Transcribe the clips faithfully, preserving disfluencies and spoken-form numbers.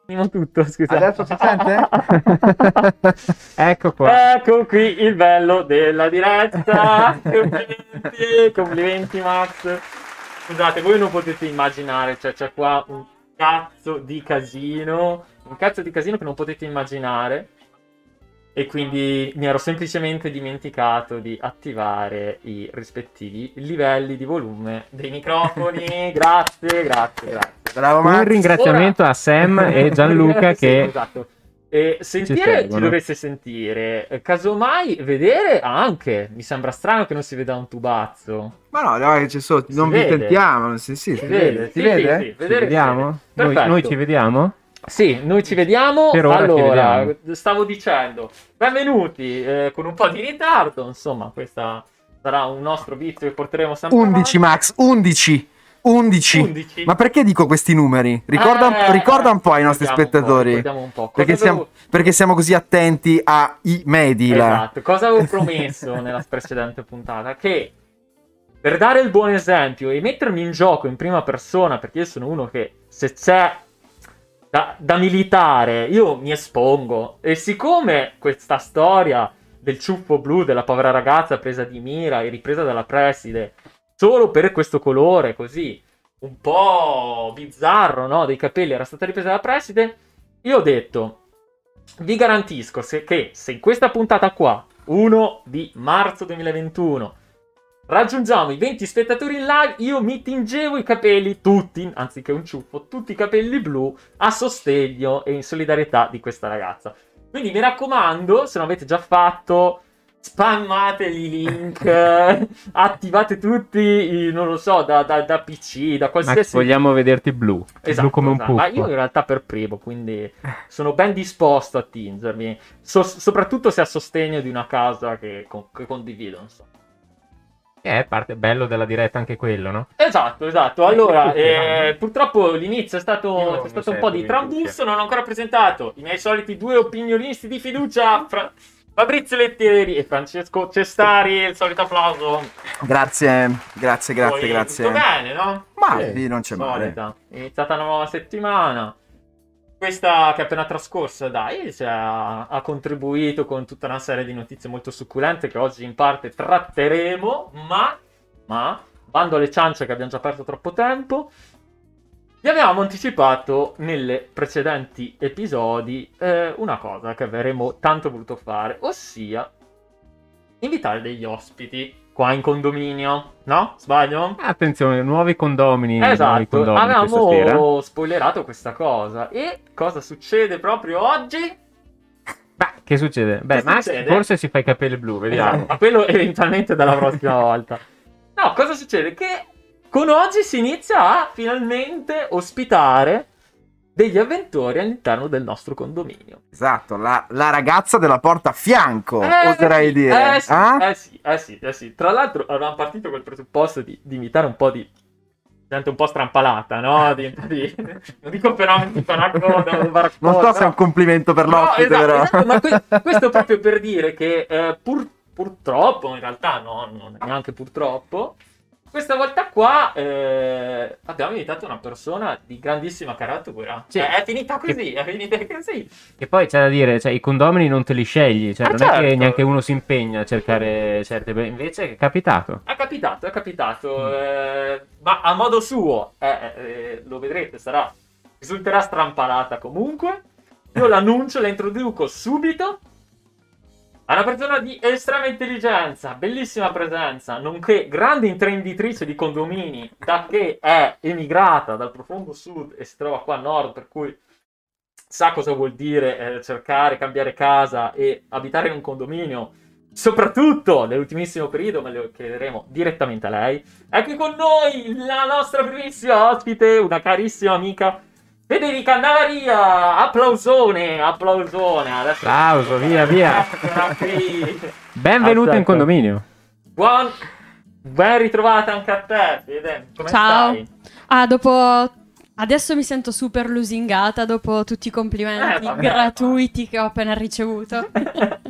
tutto, scusa. Adesso si sente? Ecco qua. Ecco qui il bello della diretta. Complimenti, complimenti Max. Scusate, voi non potete immaginare, cioè c'è qua un cazzo di casino, un cazzo di casino che non potete immaginare. E quindi mi ero semplicemente dimenticato di attivare i rispettivi livelli di volume dei microfoni. Grazie, grazie, grazie. Bravo Un Max. ringraziamento Ora- a Sam e Gianluca Sì, che esatto. E sentire ci seguono. dovreste sentire, eh, casomai vedere anche. Mi sembra strano che non si veda un tubazzo. Ma no, guarda che c'è sotto, Si non vi vede. sentiamo. Sì, sì, si, Si vede. vede, Si sì, vede? sì, sì, ci vedere si vediamo? vede. Noi, Perfetto. noi ci vediamo? Sì, noi ci vediamo. Per ora ci Allora, vediamo. stavo dicendo, benvenuti eh, con un po' di ritardo. Insomma, questa sarà un nostro vizio che porteremo sempre undici avanti. Max, undici. undici. undici. Ma perché dico questi numeri? Ricorda, Eh, ricorda un po' ai nostri ricordiamo un po', spettatori. ricordiamo un po'. Cosa Perché siamo, avevo- perché siamo così attenti ai medi là. Esatto, cosa avevo promesso nella precedente puntata? Che per dare il buon esempio e mettermi in gioco in prima persona, perché io sono uno che se c'è da, da militare io mi espongo, e siccome questa storia del ciuffo blu della povera ragazza presa di mira e ripresa dalla preside solo per questo colore così un po' bizzarro, no, dei capelli era stata ripresa dalla preside, io ho detto: vi garantisco se- che se in questa puntata qua, uno di marzo duemilaventuno, raggiungiamo i venti spettatori in live, io mi tingevo i capelli tutti, anziché un ciuffo, tutti i capelli blu a sostegno e in solidarietà di questa ragazza. Quindi mi raccomando, se non avete già fatto, spammate i link, eh, attivate tutti, i- non lo so, da, da- da P C, da Max, qualsiasi... vogliamo vederti blu. Esatto, blu come un esatto. puffo. Ma io in realtà per primo, quindi sono ben disposto a tingermi, So- soprattutto se a sostegno di una causa che, con- che condivido, insomma. Eh, è parte bello della diretta anche quello, no? Esatto, esatto. Allora, Tutti, eh, no? purtroppo l'inizio è stato, Io c'è mi stato un sento po' di in trambusto, cuffia. non ho ancora presentato i miei soliti due opinionisti di fiducia, Fra- Fabrizio Lettieri e Francesco Cestari, il solito applauso. Grazie, grazie, grazie, Poi, grazie. Tutto bene, no? Ma Sì, sì, non c'è male. solita. È iniziata una nuova settimana. Questa che è appena trascorsa, dai, cioè, ha, ha contribuito con tutta una serie di notizie molto succulente che oggi in parte tratteremo, ma, ma, bando alle ciance che abbiamo già perso troppo tempo, vi avevamo anticipato nelle precedenti episodi eh, una cosa che avremmo tanto voluto fare, ossia invitare degli ospiti qua in condominio, no? Sbaglio? Attenzione, nuovi condomini. nuovi Esatto, condomini questa sera. avevamo spoilerato questa cosa. E cosa succede proprio oggi? Beh, che succede? Beh, Che Max succede? forse si fa i capelli blu, vediamo. Esatto, ma quello eventualmente dalla prossima volta. No, cosa succede? Che con oggi si inizia a finalmente ospitare degli avventori all'interno del nostro condominio. Esatto, la, la ragazza della porta a fianco, Eh, oserei sì, dire. Eh sì, Ah? eh sì, eh sì, eh sì. Tra l'altro avevamo partito col presupposto di, di imitare un po' di gente un po' strampalata, no? Di, di- non dico fenomeni di paracoda, Non so se è un complimento per No, l'ospite, esatto, però. esatto, ma que- questo proprio per dire che eh, pur- purtroppo, in realtà no, non neanche purtroppo, questa volta qua eh, abbiamo invitato una persona di grandissima caratura. Sì. Cioè, è finita così, è finita così. E poi c'è da dire, cioè, i condomini non te li scegli, cioè Ah, non è che certo. neanche uno si impegna a cercare certe... Invece è capitato. È capitato, è capitato, eh, ma a modo suo, eh, eh, lo vedrete, sarà, risulterà strampalata comunque. Io l'annuncio, la introduco subito. È una persona di estrema intelligenza, bellissima presenza, nonché grande imprenditrice di condomini, da che è emigrata dal profondo sud e si trova qua a nord, per cui sa cosa vuol dire eh, cercare, cambiare casa e abitare in un condominio, soprattutto nell'ultimissimo periodo, ma lo chiederemo direttamente a lei. È qui con noi la nostra primissima ospite, una carissima amica, Federica Navaria. Applausone, applausone. Adesso Applauso, via, via. Eccola qui. Benvenuto in Aspetta. condominio. Buon... Ben ritrovata anche a te, Fede. Come Ciao. stai? Ah, dopo... Adesso mi sento super lusingata dopo tutti i complimenti Eh, vabbè, gratuiti che ho appena ricevuto.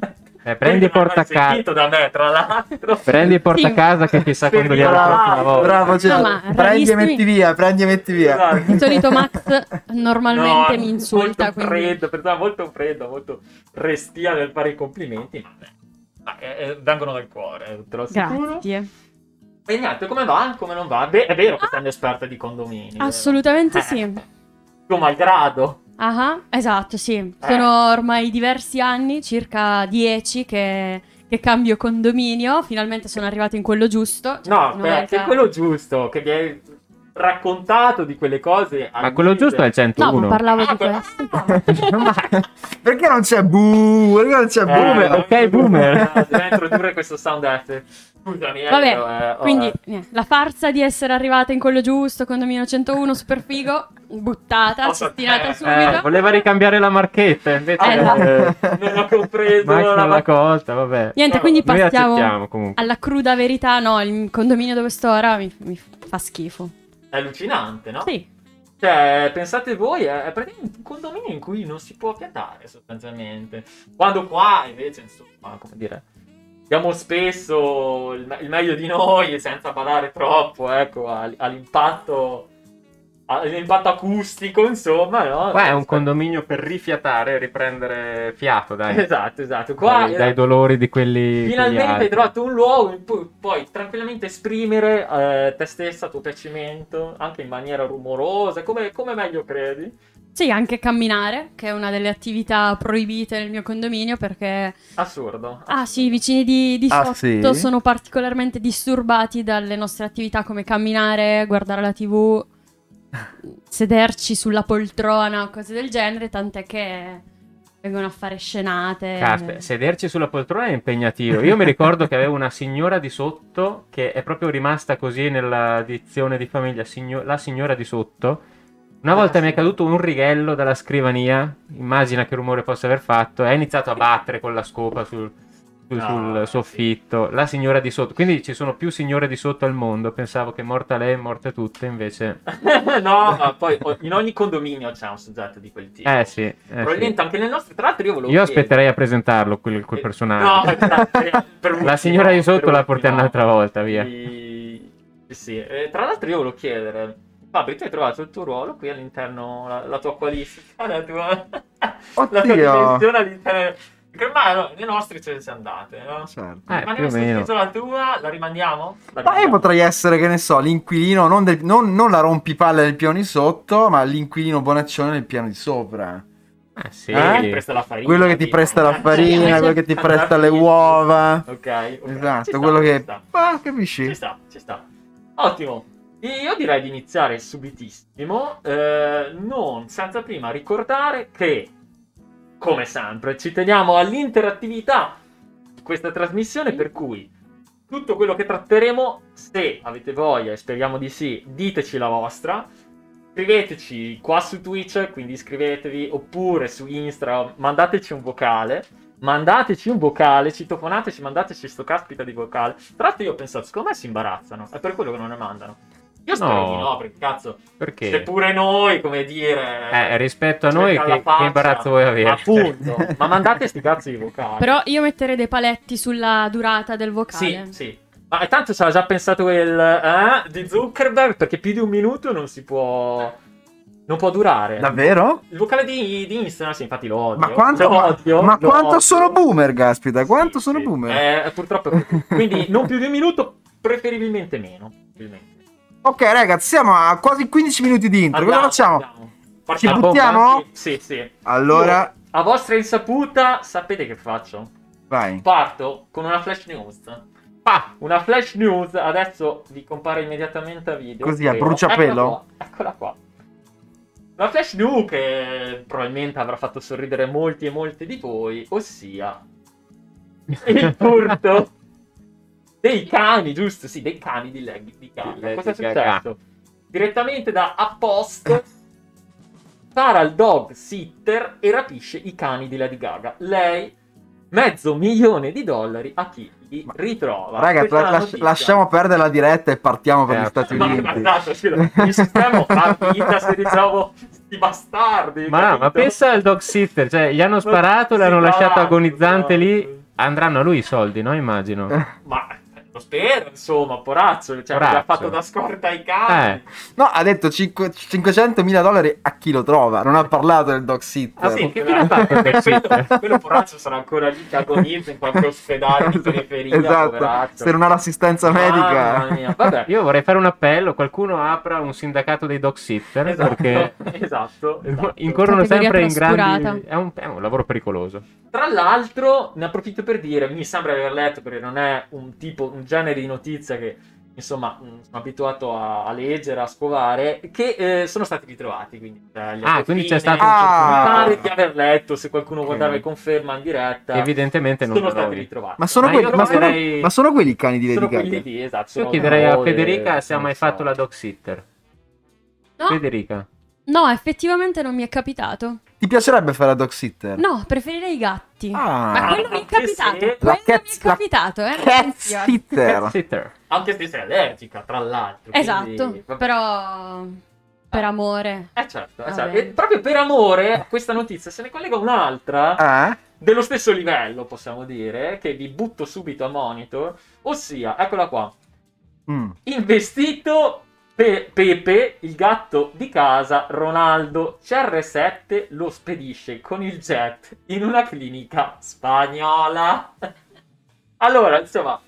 Eh, prendi porta a casa. sentito da me, tra l'altro. Prendi porta a Sì. casa che chissà quando li Bravo, la prossima volta. Bravo, cioè, No, ma prendi e rarissimi- metti via, prendi e metti via. Esatto. Di solito Max normalmente No, mi insulta, molto quindi... freddo, persona molto freddo, molto restia nel fare i complimenti, ma, beh, ma, eh, eh, vengono dal cuore, te lo assicuro. Grazie. E niente, come va? Come non va? Beh, è vero che sei un'esperta di condomini. vero? Assolutamente Eh, sì. Tuo malgrado. Ah, esatto, sì. Sono ormai diversi anni, circa dieci, che, che cambio condominio. Finalmente sono arrivata in quello giusto. Cioè, No, una beh, volta- che quello giusto, che mi hai raccontato di quelle cose. Ma quello giusto è il No, centouno. ma parlavo Ah, di beh. questo. Perché non c'è bu? Perché non c'è Eh, boomer? ok, boomer. eh, Devo introdurre questo sound effect. Scusami, eh, Vabbè, però, eh, quindi oh, eh. niente, la farsa di essere arrivata in quello giusto, condominio centouno, super figo, buttata, Oh, cestinata eh, subito. Eh, voleva ricambiare la marchetta, invece Eh, eh, Non ho compreso Max la non l'ha colta, vabbè. Niente, quindi Noi passiamo accettiamo comunque. alla cruda verità. No, il condominio dove sto ora mi, mi fa schifo. È allucinante, no? Sì, Cioè, pensate voi, è è praticamente un condominio in cui non si può piantare sostanzialmente. Quando qua, invece, insomma, come dire, diamo spesso il, me- il meglio di noi senza badare troppo, ecco, all- all'impatto, all'impatto acustico, insomma, no? Qua è un condominio per rifiatare e riprendere fiato, dai. Esatto, esatto. Qua dai, dai dolori di quelli. quelli finalmente hai altri. trovato un luogo in cui puoi tranquillamente esprimere eh, te stessa, tuo piacimento, anche in maniera rumorosa, come, come meglio credi. sì, anche camminare, che è una delle attività proibite nel mio condominio perché... Assurdo. Ah sì, i vicini di, di Ah, sotto sì? sono particolarmente disturbati dalle nostre attività come camminare, guardare la tivù, sederci sulla poltrona, cose del genere, tant'è che vengono a fare scenate. Caspita, sederci sulla poltrona è impegnativo. Io mi ricordo che avevo una signora di sotto che è proprio rimasta così nella dizione di famiglia, signo- la signora di sotto. Una volta mi è caduto un righello dalla scrivania, immagina che rumore possa aver fatto, e ha iniziato a battere con la scopa sul, sul- No, sul soffitto. La signora di sotto, quindi ci sono più signore di sotto al mondo. Pensavo che morta lei, morte tutte, invece. No, ma poi o- in ogni condominio c'è un soggetto di quel tipo. Eh sì. eh sì. Probabilmente anche nel nostro, tra l'altro io volevo Io chiedere- aspetterei a presentarlo quel, quel Eh, personaggio. No, per- per ultimo, La signora di sotto per la portiamo ultimo. un'altra volta, via. Sì, sì, sì. Eh, tra l'altro io volevo chiedere, Fabri, tu hai trovato il tuo ruolo qui all'interno, la, la tua qualifica, la tua, la tua Oddio. dimensione all'interno... Perché ormai no, le nostre ce ne siamo andate, no? Certo. Eh, Ma più o ne meno. la tua, la rimandiamo? La Ma io rimandiamo. potrei essere, che ne so, l'inquilino, non, del- non- non la rompipalle del piano di sotto, ma l'inquilino bonaccione del piano di sopra. Ah, sì. Eh, ti presta la farina, Quello che ti tipo. presta la farina, quello che ti presta le uova. Ok, ok. Esatto, Ci sta, quello ci che... sta. Ah, capisci? Ci sta, ci sta. Ottimo. Io direi di iniziare subitissimo, eh, non senza prima ricordare che, come sempre, ci teniamo all'interattività di questa trasmissione, per cui tutto quello che tratteremo, se avete voglia, e speriamo di sì, diteci la vostra. Scriveteci qua su Twitch, quindi iscrivetevi, oppure su Instagram, mandateci un vocale. Mandateci un vocale, citofonateci, mandateci sto caspita di vocale. Tra l'altro io ho pensato, secondo me si imbarazzano, è per quello che non ne mandano. Io spero No. di no, perché cazzo, Perché? se pure noi, come dire... Eh, rispetto a noi, cerca la che, faccia, che imbarazzo vuoi avere? Appunto, ma mandate sti cazzo di vocali. Però io metterei dei paletti sulla durata del vocale. Sì, sì. Ma tanto ci ha già pensato il eh, di Zuckerberg, perché più di un minuto non si può... Non può durare. Davvero? Il vocale di, di Instagram, sì, infatti lo odio. Ma quanto, Lo ma, odio, ma lo quanto odio. sono boomer, caspita? Quanto Sì, sono sì. boomer? Eh, purtroppo è così. Quindi non più di un minuto, preferibilmente meno. Preferibilmente. Ok, ragazzi, siamo a quasi quindici minuti di intro. Cosa Andiamo, facciamo? andiamo. Ci Partiamo. buttiamo? Sì, sì. Allora, Io, a vostra insaputa, sapete che faccio? vai. Parto con una flash news. Ah, una flash news, adesso vi compare immediatamente a video. Così, a spero. bruciapelo? Eccola qua, eccola qua. Una flash news che probabilmente avrà fatto sorridere molti e molte di voi, ossia il furto dei cani, giusto? Sì, dei cani di Lady di Gaga. Cosa è Lady Gaga. successo? Direttamente da Appost spara il dog sitter e rapisce i cani di Lady Gaga. Lei, mezzo milione di dollari a chi li ritrova. Raga, Questa è la- la las- notizia. lasciamo perdere la diretta e partiamo per Eh, gli Stati Ma Uniti. guardate, il sistema fa vita se diciamo sti bastardi. Ma no, ma capito? pensa al dog sitter, cioè gli hanno sparato, Sì, l'hanno lasciato esatto, agonizzante lì. esatto. andranno a lui i soldi, no? Immagino. Ma lo spero, insomma, porazzo, cioè Porazzo. l'ha fatto da scorta ai cani. Eh. No, ha detto cinque- cinquecentomila dollari a chi lo trova. Non ha parlato del dog sitter. Ah, sì, che quello- fine ha fatto quel quello, sitter? quello porazzo sarà ancora lì che agonizza in qualche ospedale di periferia, Esatto. poveraccio. Se non ha l'assistenza medica. Mamma mia, vabbè. Io vorrei fare un appello, qualcuno apra un sindacato dei dog sitter, Esatto, perché esatto, esatto. incorrono Categoria sempre in grandi... trascurata. È un, è un lavoro pericoloso. Tra l'altro, ne approfitto per dire, mi sembra di aver letto, perché non è un tipo, un genere di notizia che, insomma, mh, sono abituato a, a leggere, a scovare, che eh, sono stati ritrovati. Quindi, eh, gli Ah, quindi c'è assassini, stato un Ah. mi pare certificato. di aver letto, se qualcuno Ok. vuole darmi conferma in diretta, Evidentemente non sono lo stati trovi. ritrovati. Ma sono, Ma quelli, io ma, sono, chiederei- ma sono quelli i cani di Sono Lady quelli Gaga? lì, esatto. Io sono chiederei a loro e- Federica se ha non mai so. fatto la dog sitter. No, Federica. no, effettivamente non mi è capitato. Ti piacerebbe fare la dog sitter? No, preferirei i gatti. Ah. Ma quello mi è Anche se- capitato. La Quello cat- mi è la capitato, eh. Cat attenzione. sitter. Cat sitter. Anche se sei allergica, tra l'altro. Esatto, quindi- vabbè. però per amore. Eh certo, eh, Va certo. bene. E proprio per amore a questa notizia se ne collega un'altra Eh? dello stesso livello, possiamo dire, che vi butto subito a monitor, ossia, eccola qua, Mm. investito Pe- Pepe, il gatto di casa, Ronaldo, C R sette lo spedisce con il jet in una clinica spagnola. Allora, insomma,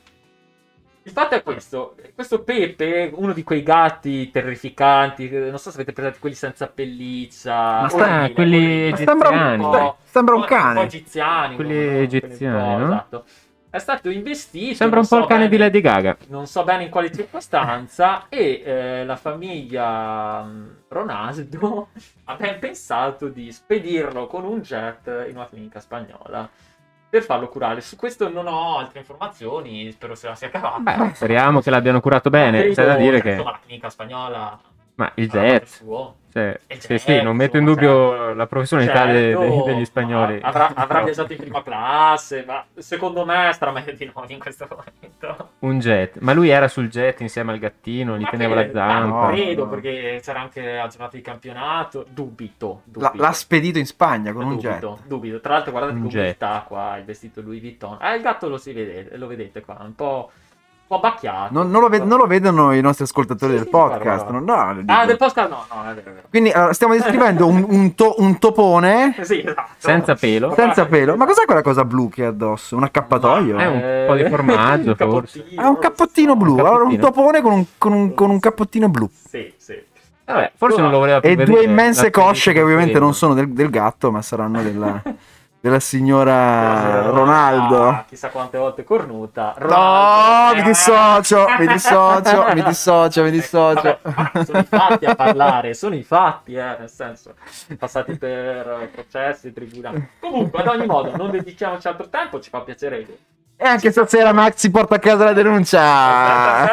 il fatto è questo, questo Pepe, uno di quei gatti terrificanti, non so se avete presente quelli senza pelliccia, Ma sta- orribile, quelli orribile. Sembra un, egiziani. Un po'- sembra un un po' cane. egiziani, Quelli no? egiziani, un po', no? Esatto. È stato investito. Sembra un non po' so il cane di bene- Lady Gaga. non so bene in quale circostanza, e eh, la famiglia mh, Ronaldo ha ben pensato di spedirlo con un jet in una clinica spagnola per farlo curare. Su questo non ho altre informazioni, spero se la sia cavata. Beh, speriamo che l'abbiano curato bene. Credo, C'è da dire cioè, che... insomma, la clinica spagnola Ma il ha fatto il jet... suo. Cioè, Il sì, jet, sì, non metto in insomma, dubbio la professionalità de- Certo, de- degli spagnoli. Avrà, avrà viaggiato in prima classe, ma secondo me starà meglio di noi in questo momento. Un jet. Ma lui era sul jet insieme al gattino, gli Ma teneva la che- zampa. ma No, credo, no. perché c'era anche la giornata di campionato. Dubito. La- dubito. l'ha spedito in Spagna con un dubito, jet. dubito. Tra l'altro, guardate Un che umiltà qua, il vestito Louis Vuitton. Ah, il gatto lo si vede, lo vedete qua, un po', un po' abbacchiato. Non, non lo ved- non lo vedono i nostri ascoltatori Sì, del sì, podcast. guarda, Non, guarda. no, lo Ah, dico. del podcast no, no, è vero, è vero. Quindi allora, stiamo descrivendo un, un to- un topone Sì, esatto. Senza pelo. senza pelo. Ma cos'è quella cosa blu che ha addosso? Un accappatoio? È un po' di formaggio, un forse. cappottino, Ha un cappottino Un blu. Allora, un cappottino. topone con un, con un- con un cappottino blu. Sì, sì. Vabbè, forse non lo voleva più E vedere. due immense La cosce che ovviamente quello. non sono del, del gatto, ma saranno della, della signora Ronaldo. Chissà quante volte cornuta. No, Ronaldo, mi eh. dissocio, mi dissocio, mi dissocio, mi dissocio. Vabbè, ma sono i fatti a parlare, sono i fatti, eh, nel senso, passati per eh, processi, tribunali. Comunque, ad ogni modo, non dedichiamoci altro tempo, ci fa piacere. E anche stasera Max si porta a casa la denuncia.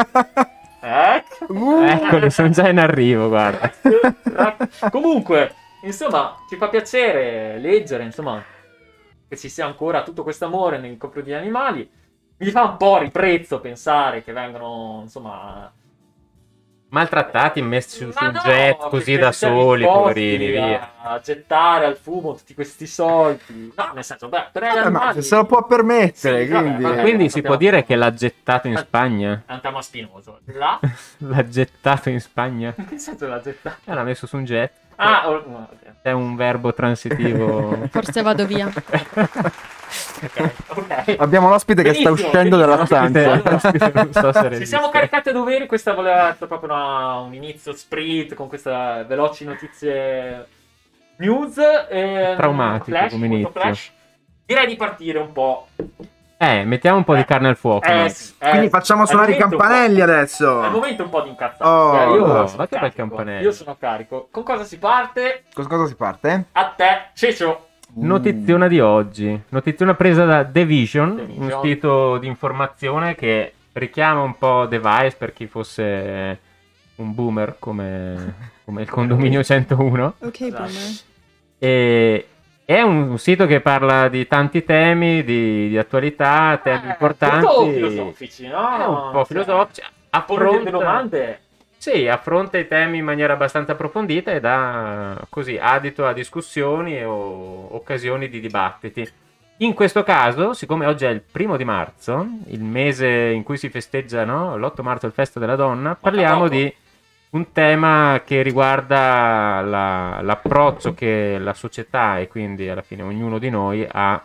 Ecco. Uh. Eccoli, sono già in arrivo, guarda. Comunque, insomma, ci fa piacere leggere, insomma, che ci sia ancora tutto questo amore nei confronti degli animali. Mi fa un po' ribrezzo pensare che vengano, insomma, Maltrattati, messi su, su ma un no, jet che- così che da siamo soli, disposti poverini, via. a gettare al fumo tutti questi soldi. No, nel senso, beh, per gli Vabbè, ma animali se lo può permettere, Sì, vabbè, quindi... vabbè. Quindi si sappiamo- può dire che l'ha gettato in Spagna? è un tema spinoso. Là, L'ha gettato in Spagna? in che senso l'ha gettato? E l'ha messo su un jet. Ah, oh, no, ok. È un verbo transitivo. Forse vado via. Ok, ok. Abbiamo l'ospite che sta Benissimo, uscendo dalla benissimo. stanza. Non so se Ci resiste. siamo caricati a doveri, questa voleva essere proprio una- un inizio sprint con queste veloci notizie news. E, Traumatico flash, come molto inizio. flash. Direi di partire un po'. Eh, mettiamo un po' di carne al fuoco. Eh, Max. sì, eh, Quindi facciamo al suonare i momento un po'. campanelli Al adesso. momento un po' di incazzati. Oh, eh, io no, sono ma che bel carico. campanello. Io sono carico. Con cosa si parte? Con cosa si parte? A te, Ceccio. Notiziona di oggi. Notiziona presa da The Vision, The Vision. un sito di informazione che richiama un po' Device per chi fosse un boomer come, come il condominio centouno. Ok, Esatto. boomer. E è un, un sito che parla di tanti temi, di, di attualità, temi Eh, importanti. molto filosofici, no? È un po' Cioè, filosofici. A porre delle Affronta, domande. sì, affronta i temi in maniera abbastanza approfondita e dà così adito a discussioni o occasioni di dibattiti. In questo caso, siccome oggi è il primo di marzo, il mese in cui si festeggia, no? l'otto marzo, il Festa della Donna, parliamo poco. di un tema che riguarda la- l'approccio che la società e quindi alla fine ognuno di noi ha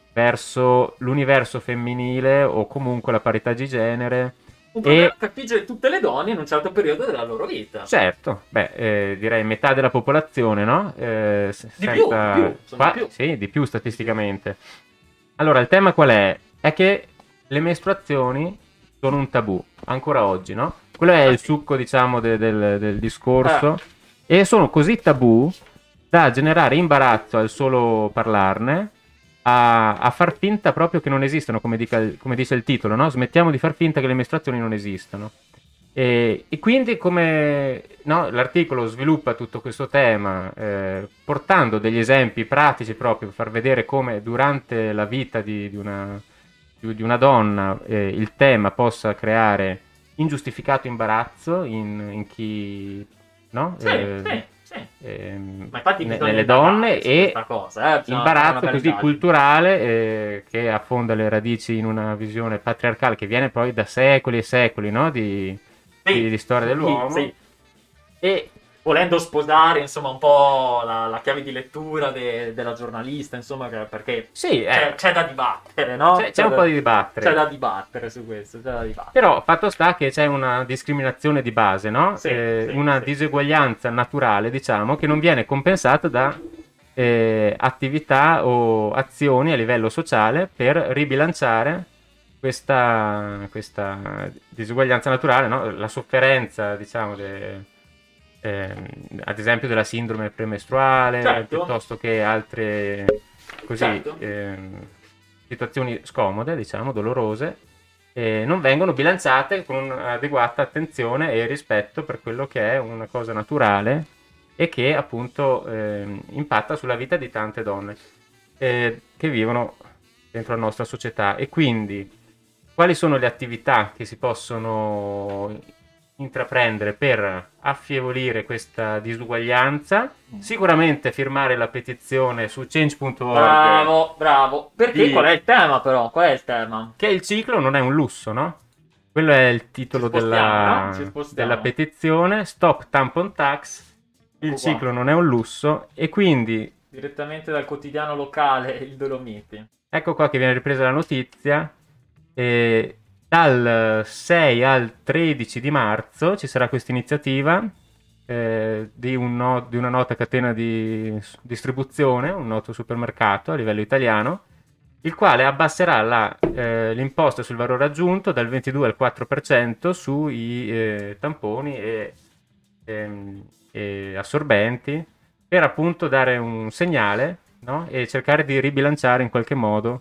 verso l'universo femminile o comunque la parità di genere. Un E problema che affligge tutte le donne in un certo periodo della loro vita. certo, beh, eh, direi metà della popolazione, no? Eh, s- Di più, senza- di più, sono qua- di più. Sì, di più statisticamente. Allora, il tema qual è? È che le mestruazioni sono un tabù, ancora oggi, no? Quello è Ah, il sì. succo, diciamo, de- del, del discorso. E sono così tabù da generare imbarazzo al solo parlarne, a, a far finta proprio che non esistano, come, dica il- come dice il titolo, no? Smettiamo di far finta che le mestruazioni non esistano. E, e quindi come no, l'articolo sviluppa tutto questo tema eh, portando degli esempi pratici proprio per far vedere come durante la vita di, di una, di, di una donna eh, il tema possa creare ingiustificato imbarazzo in, in chi no? Sì, Eh, sì, sì. ehm, Ma infatti ne- bisogna nelle indagare donne su e questa cosa, eh, bisogna fare una imbarazzo bella così indagine. culturale eh, che affonda le radici in una visione patriarcale che viene poi da secoli e secoli, no? di, Sì, di, di storia sì, dell'uomo. sì. E volendo sposare, insomma, un po' la, la chiave di lettura de- della giornalista, insomma, che- perché Sì, c'è, eh, c'è da dibattere, no? c'è, c'è un da- po' di dibattere. C'è da dibattere su questo, c'è da dibattere. Però fatto sta che c'è una discriminazione di base, no? Sì, Eh, sì, una sì. diseguaglianza naturale, diciamo, che non viene compensata da eh, attività o azioni a livello sociale per ribilanciare questa, questa disuguaglianza naturale, no? La sofferenza, diciamo, de- ehm, ad esempio della sindrome premestruale, Certo. piuttosto che altre così Certo. ehm, situazioni scomode, diciamo, dolorose, eh, non vengono bilanciate con un'adeguata attenzione e rispetto per quello che è una cosa naturale e che appunto ehm, impatta sulla vita di tante donne eh, che vivono dentro la nostra società. E quindi quali sono le attività che si possono intraprendere per affievolire questa disuguaglianza? Sicuramente firmare la petizione su change punto org, Bravo, bravo. Perché Di- qual è il tema, però? Qual è il tema? che il ciclo non è un lusso, no? Quello è il titolo Ci spostiamo, della, no? Ci spostiamo. della petizione. Stop tampon tax. Il Ecco qua. ciclo non è un lusso e quindi Direttamente dal quotidiano locale, il Dolomiti. ecco qua che viene ripresa la notizia. E dal sei al tredici di marzo ci sarà questa iniziativa eh, di, un no- di una nota catena di s- distribuzione, un noto supermercato a livello italiano, il quale abbasserà la, eh, l'imposta sul valore aggiunto dal ventidue al quattro per cento sui eh, tamponi e, ehm, e assorbenti per appunto dare un segnale, no? E cercare di ribilanciare in qualche modo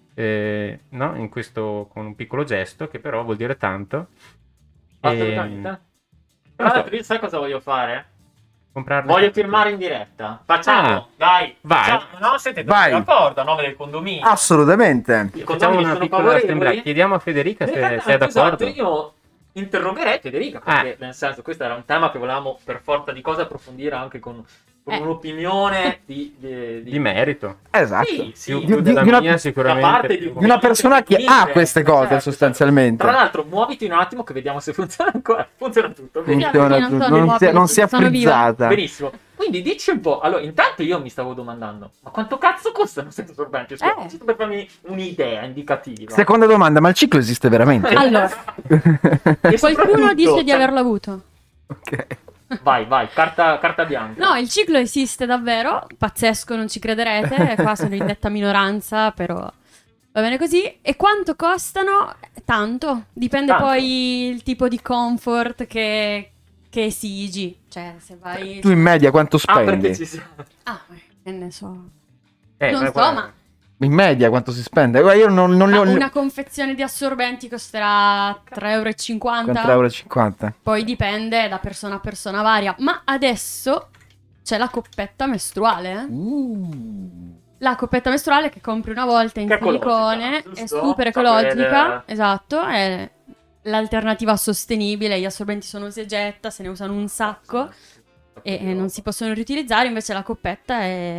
eh, no? In questo con un piccolo gesto che però vuol dire tanto. Assolutamente. Ehm, Tra non so, l'altro, io sai cosa voglio fare? comprarne Voglio tutti. firmare in diretta. Facciamo, Ah, dai. vai. Facciamo, no? Siete tutti Vai. d'accordo a nome del condominio. Assolutamente. I Facciamo condomini una sono piccola favorevoli? assemblea. Chiediamo a Federica se, Esatto, se è d'accordo. esatto, io interrogherei Federica perché Ah. nel senso questo era un tema che volevamo per forza di cose approfondire anche con, con Eh. un'opinione di, di, Di merito. Esatto. Sì, sì. Più, Di- più di- della di una- mia da sicuramente. parte di, più- Di una persona che ha queste cose, Certo, sostanzialmente. Tra l'altro, muoviti un attimo che vediamo se funziona ancora. Funziona tutto. Vediamo. Benissimo. Funziona non tutto, sono non, si è, non si è sono viva. frizzata. Benissimo. Quindi dici un po'. Allora, intanto io mi stavo domandando, ma quanto cazzo costano questi assorbenti? Scusa, Eh. giusto per farmi un'idea indicativa. Seconda domanda, ma il ciclo esiste veramente? Allora, E qualcuno soprattutto, dice di cioè, averlo avuto. Ok. Vai, vai, carta, carta bianca. No, il ciclo esiste davvero, pazzesco, non ci crederete, qua sono in netta minoranza, però va bene così. E quanto costano? Tanto, dipende Tanto. poi il tipo di comfort che, che esigi, cioè se vai... Tu in media quanto Ah, spendi? perché ci siamo. Ah, che ne so... Eh, non ma so, guarda, ma In media quanto si spende? Guarda, io non, non li ah, ho... una confezione di assorbenti costerà tre euro e cinquanta. quattro euro e cinquanta. Poi dipende da persona a persona varia. Ma adesso c'è la coppetta mestruale. eh. Uh. La coppetta mestruale che compri una volta in Che è ecologica, silicone, è giusto? super Sapere- ecologica, esatto, è l'alternativa sostenibile, gli assorbenti sono usa e getta, se ne usano un sacco e e non si possono riutilizzare, invece la coppetta è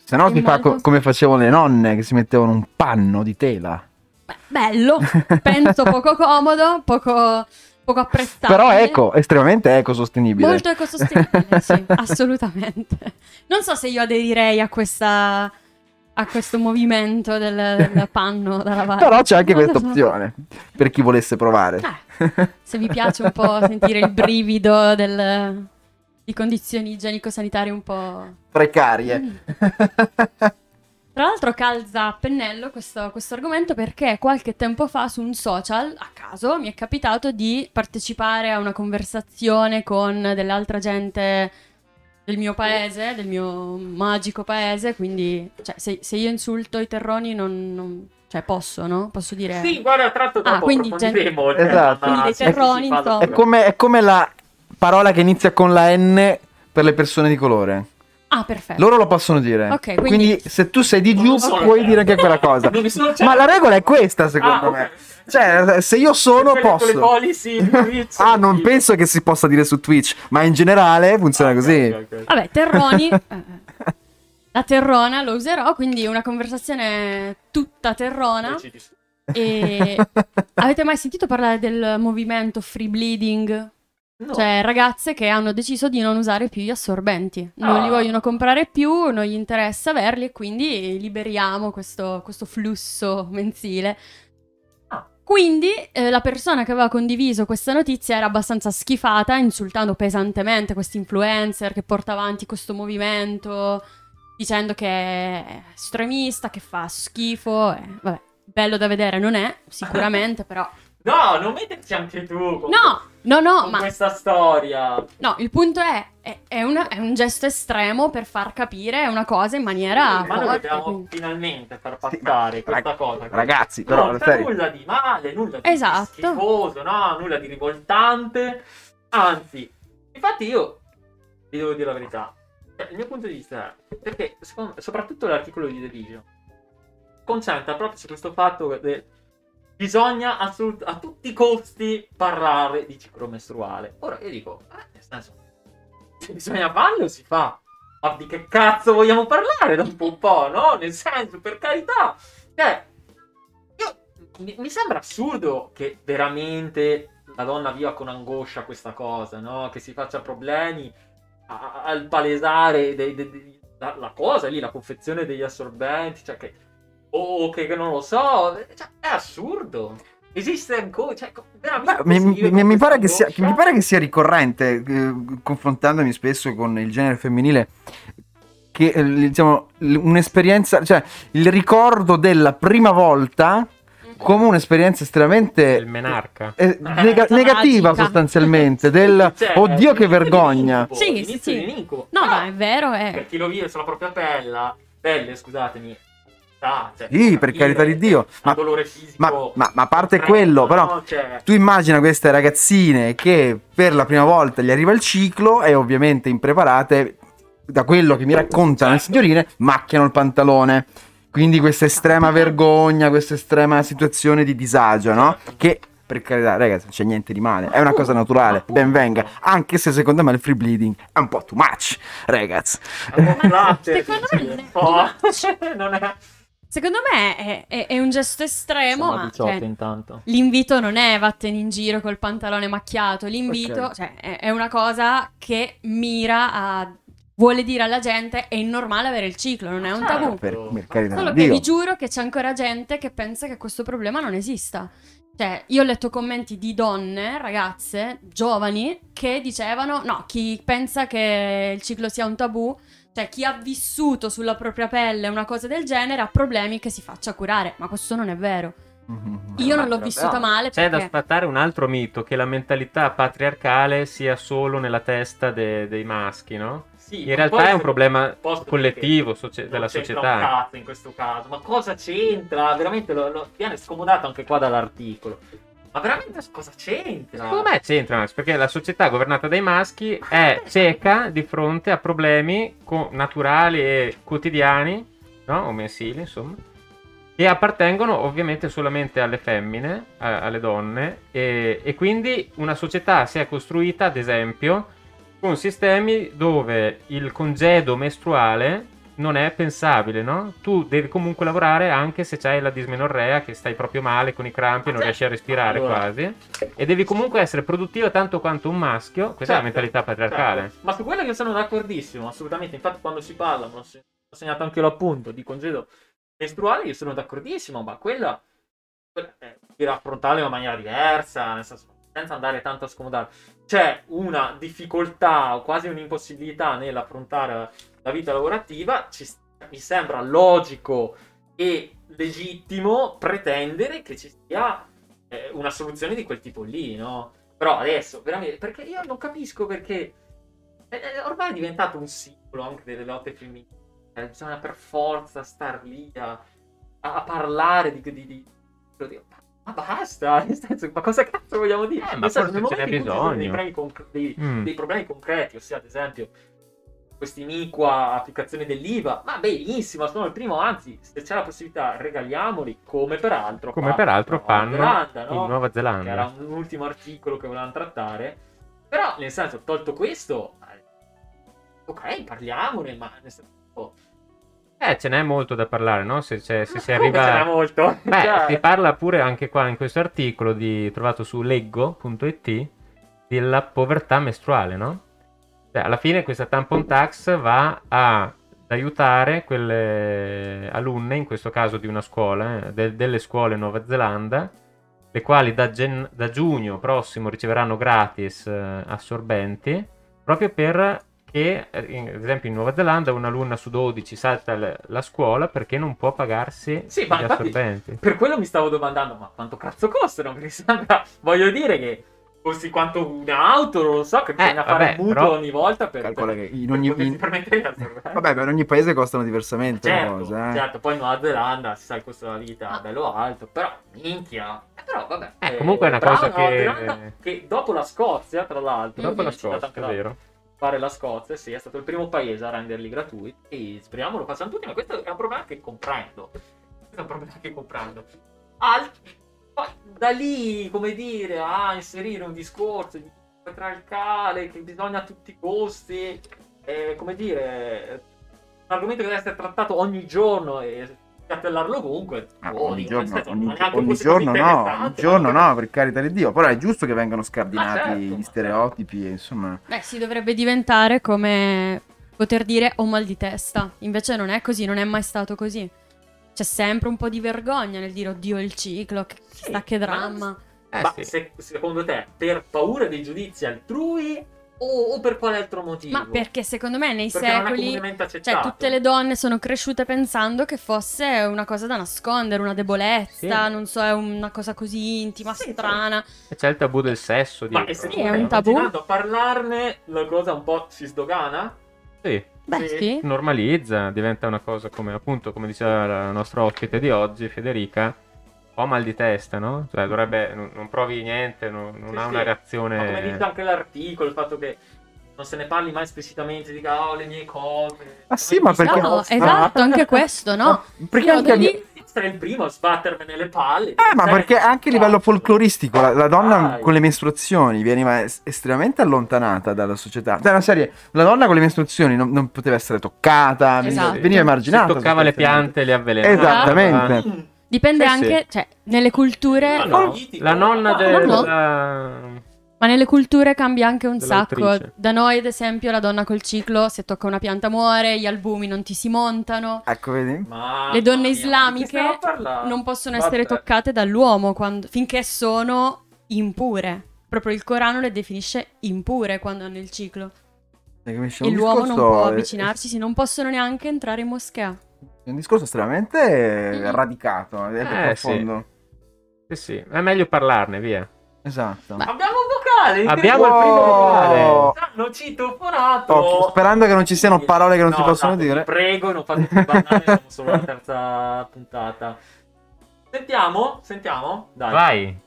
Se no In si fa modo- co- come facevano le nonne, che si mettevano un panno di tela. Beh, bello, penso poco comodo, poco, poco apprezzabile. Però eco, estremamente ecosostenibile. Molto ecosostenibile, sì, assolutamente. Non so se io aderirei a questa a questo movimento del, del panno da lavare. Però c'è anche Non lo questa so. opzione, per chi volesse provare. Eh, se vi piace un po' sentire il brivido del, di condizioni igienico-sanitarie un po'... Precarie. Mm. Tra l'altro calza a pennello questo, questo argomento perché qualche tempo fa su un social, a caso, mi è capitato di partecipare a una conversazione con dell'altra gente del mio paese, del mio magico paese, quindi cioè, se, se io insulto i terroni non... non- cioè posso, no? Posso dire... Sì, guarda, tratto dopo Ah, quindi approfondiremo il Esatto. tema, Quindi dei se si terroni, fa- insomma. È come, è come la parola che inizia con la N per le persone di colore. Ah, perfetto. Loro lo possono dire. Ok, quindi... quindi- se tu sei di Non giù lo so, puoi eh. dire anche quella cosa. Non mi sono- Ma la regola è questa, secondo Ah, me. ok. Cioè, se io sono, Quelle con le posso. policy di Twitch, Ah, non sì. penso che si possa dire su Twitch, ma in generale funziona Ok, così. ok, ok. Vabbè, terroni... eh, la terrona lo userò, quindi una conversazione tutta terrona. Decidi su. E avete mai sentito parlare del movimento free bleeding? No. Cioè ragazze che hanno deciso di non usare più gli assorbenti, non Ah. li vogliono comprare più, non gli interessa averli e quindi liberiamo questo, questo flusso mensile. Ah. Quindi eh, la persona che aveva condiviso questa notizia era abbastanza schifata, insultando pesantemente questi influencer che porta avanti questo movimento, dicendo che è estremista, che fa schifo. E, vabbè, bello da vedere non è, sicuramente, però... No, non metterci anche tu con, No, no, no, con ma... questa storia. No, il punto è, è, è una- è un gesto estremo per far capire una cosa in maniera Sì, ma noi forte. dobbiamo quindi- finalmente far Sì, passare ma- questa rag- cosa. Ragazzi, però, non c'è serio. nulla di male, nulla di Esatto. schifoso, no, nulla di rivoltante. Anzi, infatti io vi devo dire la verità. Cioè, il mio punto di vista è perché secondo me, soprattutto l'articolo di The Vision concentra proprio su questo fatto che bisogna assolut- a tutti i costi parlare di ciclo mestruale. Ora io dico, eh, nel senso, se bisogna farlo si fa. Ma di che cazzo vogliamo parlare dopo un po', no? Nel senso, per carità. Cioè, io, mi, mi sembra assurdo che veramente la donna viva con angoscia questa cosa, no? Che si faccia problemi a- a- al palesare dei- dei- dei- la, la cosa lì, la confezione degli assorbenti, cioè che... O che, che non lo so, cioè, è assurdo. Esiste ancora, cioè, veramente Beh, mi, si mi- vive mi- con mi pare questa che sia, angoscia? mi pare che sia ricorrente, eh, confrontandomi spesso con il genere femminile, che eh, diciamo l- un'esperienza, cioè il ricordo della prima volta come un'esperienza estremamente Il menarca. eh, nega- Tragica. negativa sostanzialmente, del Cioè, oddio che l'inizio vergogna. di un incubo, Sì, l'inizio sì, di sì. un incubo. No, Però, ma è vero, per è... chi lo vive sulla propria pelle, pelle, scusatemi. Ah, cioè, Sì, per capire, carità di Dio, ha ma- dolore fisico. Ma, ma- ma a parte tremendo, quello, però no? Cioè, tu immagina queste ragazzine che per la prima volta gli arriva il ciclo e ovviamente impreparate, da quello che mi raccontano le Certo. signorine, macchiano il pantalone. Quindi questa estrema vergogna, questa estrema situazione di disagio, no? Che, per carità, ragazzi, non c'è niente di male, è una cosa naturale, ben venga. Anche se secondo me il free bleeding è un po' too much, ragazzi. latte, Secondo me non è- un po'. Non è... Secondo me è, è- è un gesto estremo, Siamo a ma diciotto cioè, intanto. l'invito non è vattene in giro col pantalone macchiato, l'invito Ok. cioè, è, è una cosa che mira a... vuole dire alla gente è normale avere il ciclo, non è un Certo. tabù. Per, per carità Solo di che Dio. vi giuro che c'è ancora gente che pensa che questo problema non esista. Cioè, io ho letto commenti di donne, ragazze, giovani, che dicevano, no, chi pensa che il ciclo sia un tabù, cioè chi ha vissuto sulla propria pelle una cosa del genere ha problemi che si faccia curare, ma questo non è vero. Io non l'ho però- vissuta male C'è da perché... sfatare un altro mito, che la mentalità patriarcale sia solo nella testa de- dei maschi, no? Sì, In ma realtà poi è un se- problema posso dire collettivo, che socie- non della c'entra società. un cazzo in questo caso, ma cosa c'entra? Veramente lo, lo- viene scomodato anche qua dall'articolo. Ma veramente cosa c'entra? Secondo me c'entra, Max, perché la società governata dai maschi è cieca di fronte a problemi co- naturali e quotidiani, no? O mensili, insomma, che appartengono ovviamente solamente alle femmine, a- alle donne, e, e quindi una società si è costruita, ad esempio, con sistemi dove il congedo mestruale non è pensabile, no? Tu devi comunque lavorare anche se c'hai la dismenorrea, che stai proprio male con i crampi e non Ah, riesci a respirare allora. quasi. E devi comunque essere produttiva tanto quanto un maschio. Questa è la Certo, mentalità patriarcale. certo. Ma su quello io sono d'accordissimo, assolutamente. Infatti quando si parla, me l'ho se- ho segnato anche io l'appunto, di congedo mestruale, io sono d'accordissimo, ma quella, quella è di affrontarla in una maniera diversa, nel senso, senza andare tanto a scomodare. C'è una difficoltà o quasi un'impossibilità nell'affrontare la vita lavorativa, ci, mi sembra logico e legittimo pretendere che ci sia eh, una soluzione di quel tipo lì, no? Però adesso, veramente, perché io non capisco perché eh, eh, ormai è diventato un simbolo anche delle lotte femminili. Eh, bisogna per forza star lì a, a parlare di, di, di, di- ma basta, nel senso, ma cosa cazzo vogliamo dire? Eh, ma Nel senso, forse nel ce n'è momento in cui ci sono dei, bisogno. problemi concre- dei, Mm. dei problemi concreti, ossia ad esempio questa iniqua applicazione dell'I V A, ma benissimo, sono il primo, anzi, se c'è la possibilità regaliamoli, come peraltro Come fanno peraltro in Nuova fanno Zelanda, no? in Nuova Che era Zelanda. un ultimo articolo che volevano trattare. Però, nel senso, tolto questo, eh, ok, parliamone, ma nel senso, Eh, ce n'è molto da parlare, no? Se, c'è- se si come ce n'è arriva... molto. Beh, Cioè, si parla pure anche qua in questo articolo di, trovato su leggo punto it della povertà mestruale, no? Cioè, alla fine questa tampon tax va a, ad aiutare quelle alunne, in questo caso di una scuola, eh, de- delle scuole in Nuova Zelanda, le quali da, gen- da giugno prossimo riceveranno gratis eh, assorbenti, proprio per che, eh, in- ad esempio in Nuova Zelanda un'alunna su dodici salta l- la scuola perché non può pagarsi Sì, ma gli infatti- assorbenti. per quello mi stavo domandando, ma quanto cazzo costano? Perché sembra, voglio dire che costi quanto un'auto, non lo so, che bisogna Eh, fare vabbè, un mutuo però- ogni volta per, Calcola per, che in per ogni- potersi in- permettere di assorbenti. Vabbè, per ogni paese costano diversamente le Certo, cose, eh. certo, poi in Nuova Zelanda si sa il costo della vita Ah. è bello alto, però minchia. Eh, però vabbè. Eh, comunque è una brava cosa Nuova che- Zelanda, che dopo la Scozia, tra l'altro, Dopo la è citata scorsa, anche è la- vero. fare la Scozia, sì, è stato il primo paese a renderli gratuiti e speriamo lo facciano tutti, ma questo è un problema che comprendo. Questo è un problema che comprendo. Al- poi da lì, come dire, a inserire un discorso di patriarcale che bisogna a tutti i costi, eh, come dire, un argomento che deve essere trattato ogni giorno e piattellarlo ovunque. Ah, boh, ogni dico, nel giorno, senso, ogni, non è neanche ogni così giorno no, interessante, ogni giorno no? no, per carità di Dio. Però è giusto che vengano scardinati Ma certo, gli ma stereotipi, insomma. Beh, si dovrebbe diventare come poter dire ho mal di testa. Invece non è così, non è mai stato così. C'è sempre un po' di vergogna nel dire oddio il ciclo, che Sì, chissà che ma- dramma. Eh, Ma sì. se- secondo te, per paura dei giudizi altrui o, o per quale altro motivo? Ma perché secondo me nei Perché non è secoli, comunemente cioè accettato. tutte le donne sono cresciute pensando che fosse una cosa da nascondere, una debolezza, Sì. non so, è una cosa così intima, Sì, strana. E c'è il tabù del sesso Ma dietro. e Sì, secondo è te, un tabù. continuando a parlarne, la cosa un po' si sdogana? Sì, Beh, Sì. sì. normalizza, diventa una cosa come appunto, come diceva la nostra ospite di oggi, Federica, ho mal di testa, no? Cioè dovrebbe, non, non provi niente, non, non Sì, ha sì. una reazione... Ma come dice anche l'articolo, il fatto che non se ne parli mai esplicitamente, dica oh le mie cose. Ma sì, ma perché- No, esatto, anche questo, no? Perché Io anche da a- lì- Sarei il primo a sbattermene le palle. Eh, ma Sai, perché anche a livello cazzo. folcloristico la, la donna Dai. con le mestruazioni veniva es- estremamente allontanata dalla società. Cioè, una serie, la donna con le mestruazioni non, non poteva essere toccata, veniva- Esatto. veniva Si emarginata. toccava le piante e le avvelenava. Esattamente. Mm. Dipende Sì, anche, cioè, nelle culture... No, no. La nonna No, del... no. la- Ma nelle culture cambia anche un Dell'autrice. sacco. Da noi, ad esempio, la donna col ciclo, se tocca una pianta muore, gli albumi non ti si montano. Ecco, vedi? Ma- Le donne mia, di che islamiche stiamo parlando? non possono Vabbè. essere toccate dall'uomo quando- finché sono impure. Proprio il Corano le definisce impure quando hanno il ciclo. È che mi c'è E un l'uomo non discorso- può è- avvicinarsi, sì, non possono neanche entrare in moschea. È un discorso estremamente Mm. radicato, è Eh, profondo. Sì, sì, è meglio parlarne, via. Esatto. Abbiamo un vocale. Abbiamo il Wow. primo vocale. Hanno citofonato. Oh, sperando che non ci siano parole che non No, si possono esatto, dire. Vi prego, non fate più banane, siamo solo alla terza puntata. Sentiamo? Sentiamo? Dai. Vai.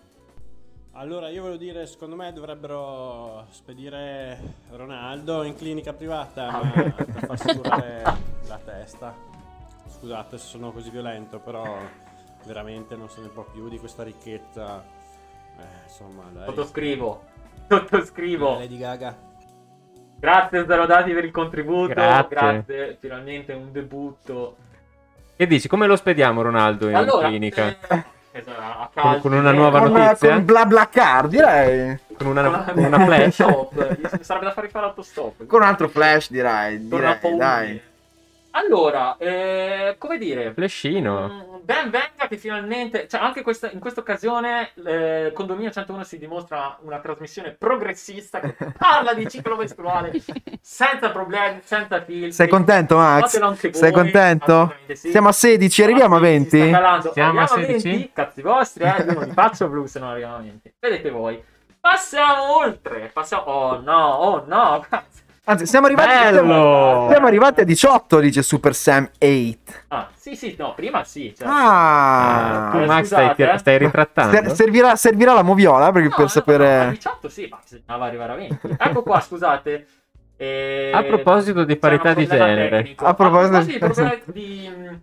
Allora, io volevo dire, secondo me dovrebbero spedire Ronaldo in clinica privata Ah, ma ok. per farsi curare la testa. Scusate se sono così violento, però veramente non se ne può più di questa ricchezza. Eh, insomma, dai. Sottoscrivo. Sottoscrivo. Lady Gaga. Grazie Zarodati per il contributo. Grazie. Grazie. Finalmente un debutto. Che dici? Come lo spediamo Ronaldo in Allora, clinica? eh, esatto, a Con- calci, con una eh, nuova Con, notizia? con bla bla car, direi. Con una, con con una flash? autostop. Sarebbe da fare fare autostop. Con un altro flash, direi. Torna un po' Direi, dai. umile. Allora, eh, come dire, Flashino. mm, ben venga che finalmente, cioè anche questa, in questa occasione eh, Condominio centouno si dimostra una trasmissione progressista che parla di ciclo mestruale senza problemi, senza filtri. Sei contento, Max? Fatelo anche voi, Sei contento? assolutamente sì. Siamo a sedici, arriviamo a Si sta venti? calando. Siamo a Arriviamo sedici? venti? Cazzi vostri, eh? Io non li faccio blu se non arriviamo a venti. Vedete voi. Passiamo oltre. Passiamo... Oh no, oh no, cazzo. Anzi, siamo arrivati, Bello! siamo, siamo arrivati a diciotto, dice Super Sam otto. Ah, sì, sì, no, prima sì. Cioè. Ah, Tu, Eh, Max, stai, scusate, eh. stai ritrattando? Ser- servirà, servirà la moviola perché No, per no, sapere... no, a diciotto sì, ma bisognava arrivare a venti. Ecco qua, scusate. Eh, A proposito di c'è parità un di problema genere. tecnico. A proposito a di- di problema di...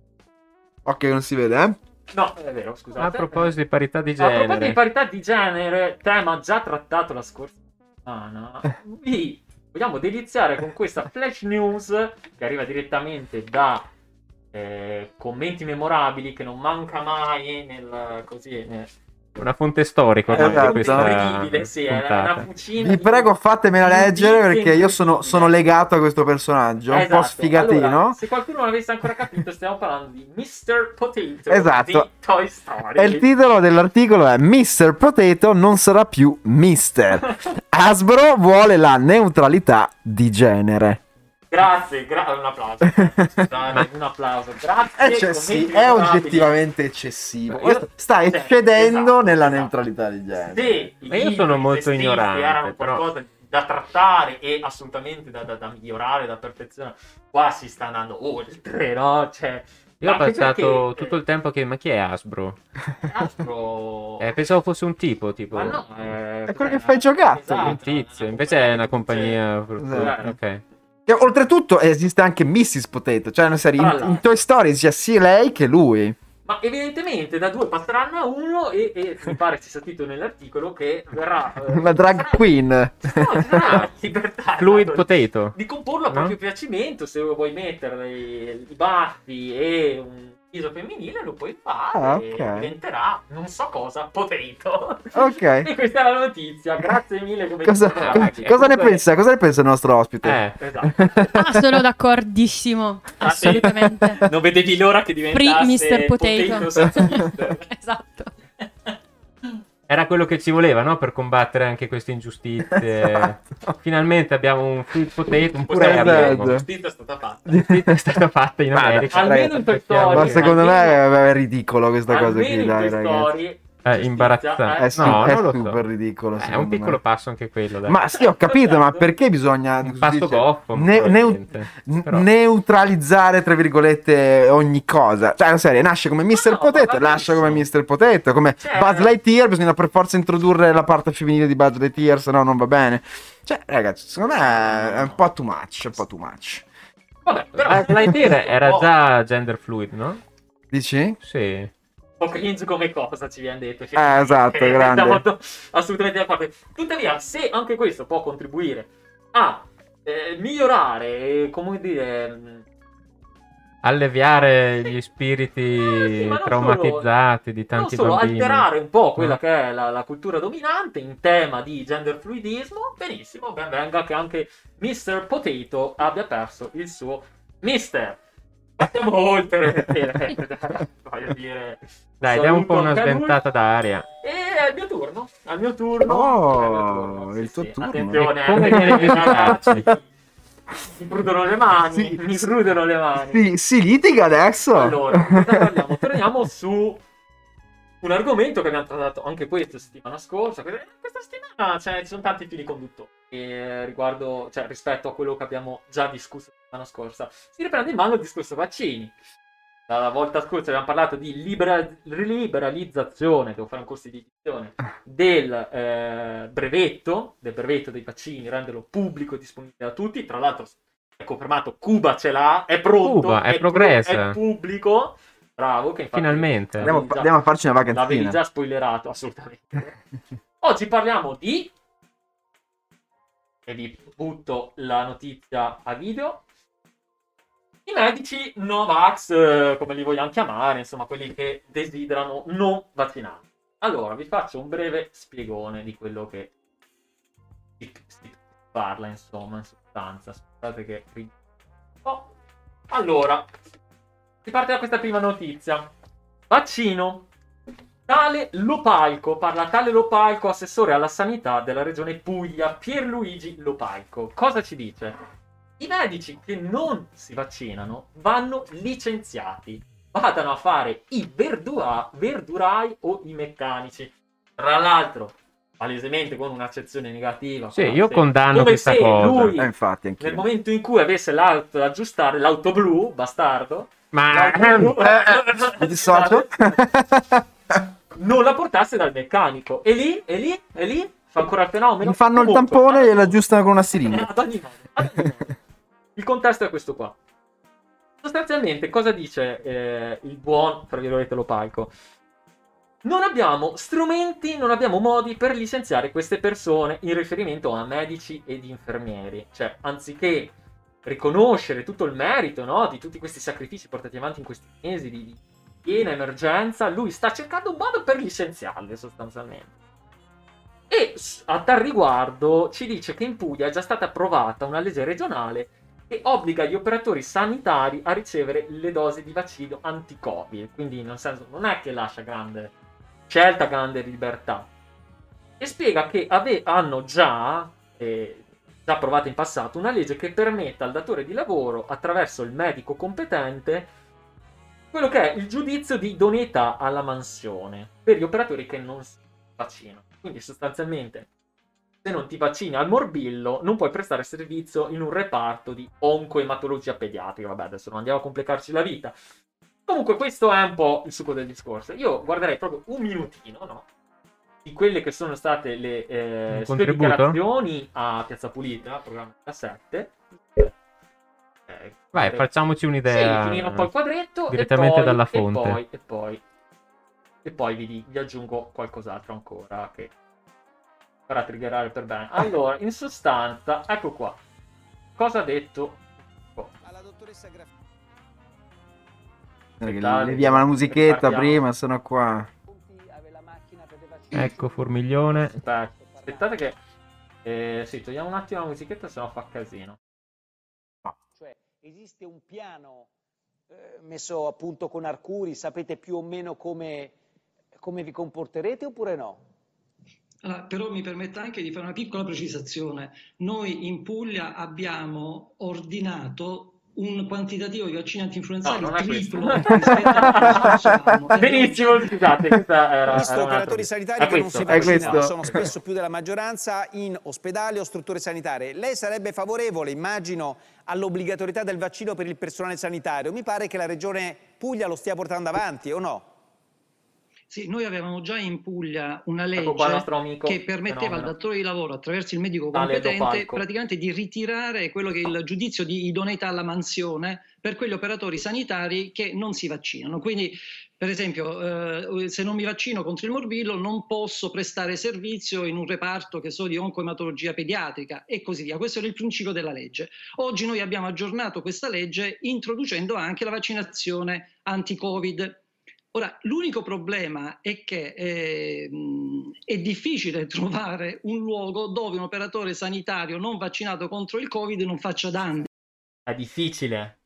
Ok, non si vede, eh? No, è vero, scusate. A proposito di parità di A proposito di genere. parità di genere, tema già trattato la scorsa settimana, vi vogliamo deliziare con questa flash news che arriva direttamente da eh, commenti memorabili che non manca mai nel così nel, Una fonte storica è ormai Esatto. di questa incredibile, sì, è puntata. una fucina Vi di- prego, fatemela di leggere notizie perché io sono, incredibili. sono legato a questo personaggio, un po' Esatto. sfigatino. Allora, se qualcuno non avesse ancora capito, stiamo parlando di mister Potato Esatto. di Toy Story. E il titolo dell'articolo è mister Potato non sarà più mister. Hasbro vuole la neutralità di genere. Grazie, gra- un applauso. Scusate, un applauso. Grazie. Eh, cioè, sì, commenti è memorabili. oggettivamente eccessivo. Io- Questo sta cioè, eccedendo esatto, nella esatto. neutralità di genere. Sì, i Ma io libri sono molto stessi ignorante, erano però. qualcosa da trattare e assolutamente da, da, da migliorare, da perfezionare. Qua si sta andando oltre, no? Cioè, Io ho anche passato perché, tutto il tempo che... Ma chi è Hasbro? eh, altro... Eh, pensavo fosse un tipo, tipo... Ma no, eh, È quello che fa i giocattoli. esatto, Un tizio. Invece è una compagnia... Esatto. Ok. E oltretutto esiste anche missus Potato, cioè una serie, in, Allora. in Toy Story sia sia lei che lui. Ma evidentemente da due passeranno a uno e, e mi pare ci sia scritto nell'articolo che verrà... eh, Una drag sarà- queen. No, ci sarà libertà, Fluid esatto, Potato. di comporlo a No? proprio piacimento. Se vuoi mettere i, i baffi e un viso femminile lo puoi fare Ah, e ok. diventerà non so cosa Potato. Ok. E questa è la notizia, grazie mille come Cosa, dicevo, co- ragazzi. cosa ne Questo è- pensa? Cosa ne pensa il nostro ospite? Eh. Esatto. Ah, sono d'accordissimo. Ah, sì? Assolutamente. Non vedevi l'ora che diventasse Free mister Potato. senza mister. Esatto. Era quello che ci voleva, no? Per combattere anche queste ingiustizie. Esatto. Finalmente abbiamo un Fluid Potato, un Possiamo pure dire che Esatto. la giustizia è stata fatta. è stata fatta in Guarda, America. almeno in Toy Story. Ma Sì, secondo me almeno- è, è ridicolo questa cosa Almeno qui, in dai Toy ragazzi. Story, È giustizia, imbarazzante. eh. È, su- No, è non lo so. super ridicolo. Eh, è secondo un piccolo me. passo anche quello, dai. Ma sì, ho capito, ma perché bisogna Un passo dice, goffo, ne- probabilmente. neu- Però- neutralizzare, tra virgolette, ogni cosa. Cioè, la serie nasce come mister no, Potato, va nasce come benissimo. mister Potato, come Cioè- Buzz Lightyear, bisogna per forza introdurre la parte femminile di Buzz Lightyear, se no non va bene. Cioè, ragazzi, secondo me è un po' too much, un po' too much. Vabbè, però Ah, Lightyear era Oh, già gender fluid, no? Dici? Sì. un po' cringe come cosa ci viene detto. Eh, esatto, Eh, grande. siamo to- assolutamente d'accordo. Tuttavia, se anche questo può contribuire a eh, migliorare, eh, come dire, mh, Alleviare gli spiriti Eh, sì, ma non traumatizzati di non tanti solo bambini. alterare un po' quella No. che è la, la cultura dominante in tema di gender fluidismo, benissimo, ben venga che anche mister Potato abbia perso il suo mister. Andiamo oltre, perché, voglio dire, Dai, diamo un po' saluto una anche a lui. sventata d'aria. E è il mio turno, al mio turno. Oh, è il mio turno, il tuo turno. Attenzione, E come eh, viene ragazzi, mi prudono le mani, Sì, mi sì. prudono le mani. Si, si litiga adesso? Allora, cosa parliamo? Torniamo su un argomento che abbiamo trattato anche questa settimana scorsa. Questa settimana cioè, ci sono tanti fili conduttori eh, riguardo, cioè, rispetto a quello che abbiamo già discusso la settimana scorsa. Si riprende in mano il discorso vaccini. La volta scorsa abbiamo parlato di libera- liberalizzazione, devo fare un corso di edizione, del eh, brevetto, del brevetto dei vaccini, renderlo pubblico e disponibile a tutti. Tra l'altro è confermato, Cuba ce l'ha, è pronto, Cuba, è pro- progressa. è pubblico. Bravo, che infatti Finalmente. Andiamo, l'avevi già- andiamo a farci una l'avevi vacanzina. già spoilerato, assolutamente. Oggi parliamo di e vi butto la notizia a video. I medici Novax, eh, come li vogliamo chiamare, insomma quelli che desiderano non vaccinare. Allora, vi faccio un breve spiegone di quello che si, si parla, insomma, in sostanza. Aspettate che... Oh. Allora, si parte da questa prima notizia. Vaccino. Tale Lopalco, parla tale Lopalco, assessore alla sanità della regione Puglia, Pierluigi Lopalco. Cosa ci dice? I medici che non si vaccinano vanno licenziati, vadano a fare i verdura, verdurai o i meccanici. Tra l'altro, palesemente con un'accezione negativa. Sì, io se, condanno come questa se cosa. Lui, Eh, infatti, anch'io. nel momento in cui avesse l'auto da aggiustare, l'auto blu, bastardo, Ma l'auto blu, Mi dissocio. non la portasse dal meccanico. E lì, e lì, e lì, fa ancora il fenomeno. Mi fanno il Comunque, tampone e ad- la aggiustano con una siringa. ad ogni modo, ad ogni modo. Il contesto è questo qua. Sostanzialmente, cosa dice eh, il buon, tra virgolette, Lopalco? Non abbiamo strumenti, non abbiamo modi per licenziare queste persone in riferimento a medici ed infermieri. Cioè, anziché riconoscere tutto il merito, no, di tutti questi sacrifici portati avanti in questi mesi di, di piena emergenza, lui sta cercando un modo per licenziarli, sostanzialmente. E s- a tal riguardo ci dice che in Puglia è già stata approvata una legge regionale che obbliga gli operatori sanitari a ricevere le dosi di vaccino anti-Covid. Quindi, nel senso, non è che lascia grande scelta, grande libertà. E spiega che ave- hanno già, eh, già approvato in passato, una legge che permette al datore di lavoro, attraverso il medico competente, quello che è il giudizio di idoneità alla mansione per gli operatori che non si vaccinano. Quindi, sostanzialmente, se non ti vaccini al morbillo, non puoi prestare servizio in un reparto di oncoematologia pediatrica. Vabbè, adesso non andiamo a complicarci la vita. Comunque, questo è un po' il succo del discorso. Io guarderei proprio un minutino, no? Di quelle che sono state le eh, Un sue contributo? dichiarazioni a Piazza Pulita, programma diciassette. Eh, vai, eh, facciamoci un'idea. Sì, finire un po' il quadretto direttamente e poi, dalla e fonte. poi, e poi, e poi vi, vi aggiungo qualcos'altro ancora che farà triggerare per bene. Allora, in sostanza, ecco qua. Cosa ha detto? Oh, Alla dottoressa Graf- Leviamo la musichetta Partiamo. prima, sono qua. Ecco, Formiglione. aspetta, aspettate che... Eh, sì, togliamo un attimo la musichetta, sennò fa casino. Cioè, esiste un piano eh, messo a punto con Arcuri, sapete più o meno come, come vi comporterete oppure no? Allora, però mi permetta anche di fare una piccola precisazione. Noi in Puglia abbiamo ordinato un quantitativo di vaccini antinfluenzali No, non è triplo questo. rispetto allo scorso anno. E Benissimo, scusate, questa era... Visto era un altro operatori video. sanitari È che non questo, si è vaccinano, questo. sono spesso più della maggioranza in ospedali o strutture sanitarie. Lei sarebbe favorevole, immagino, all'obbligatorietà del vaccino per il personale sanitario? Mi pare che la regione Puglia lo stia portando avanti, o no? Sì, noi avevamo già in Puglia una Ecco qua il legge nostro amico che permetteva al fenomeno. datore di lavoro, attraverso il medico Tale competente, Lopalco. praticamente di ritirare quello che è il giudizio di idoneità alla mansione per quegli operatori sanitari che non si vaccinano. Quindi, per esempio, eh, se non mi vaccino contro il morbillo non posso prestare servizio in un reparto, che so, di oncoematologia pediatrica e così via. Questo era il principio della legge. Oggi noi abbiamo aggiornato questa legge introducendo anche la vaccinazione anti-Covid. Ora, l'unico problema è che eh, mh, è difficile trovare un luogo dove un operatore sanitario non vaccinato contro il Covid non faccia danni. È difficile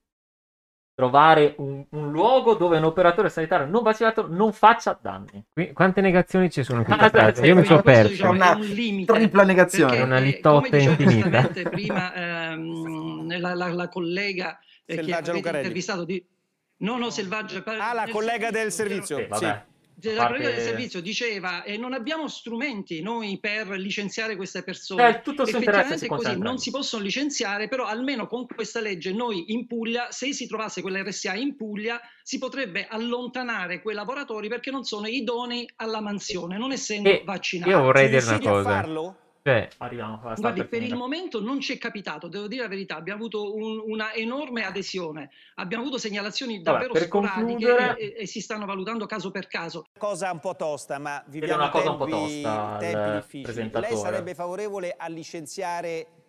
trovare un, un luogo dove un operatore sanitario non vaccinato non faccia danni. Qui, quante negazioni ci sono in Ah, questa frase? sì, Io mi sì, sono Questo, perso. diciamo, Una è un limite. tripla negazione. Perché, È una eh, litotta come diceva infinita. giustamente prima ehm, la, la, la collega eh, che Selvaggia avete Lucarelli. intervistato di... No, no, Selvaggia. Ah, la collega del servizio. Sì, vabbè. La A parte- collega del servizio diceva e eh, non abbiamo strumenti noi per licenziare queste persone. Cioè, tutto il suo interesse si Effettivamente così concentra non lì. si possono licenziare, però almeno con questa legge noi in Puglia, se si trovasse quella R S A in Puglia, si potrebbe allontanare quei lavoratori perché non sono idonei alla mansione, non essendo E vaccinati. io vorrei Ci dire una riuscite a cosa. farlo? Cioè, Arriviamo a Guardi, per il momento non ci è capitato, devo dire la verità, abbiamo avuto un- una enorme adesione, abbiamo avuto segnalazioni Vabbè, davvero per sporadiche concludere- e, e- e si stanno valutando caso per caso. Cosa un po' tosta, ma Ed è viviamo una cosa un po' tempi, tosta al tempi difficili. presentatore. Lei sarebbe favorevole a licenziare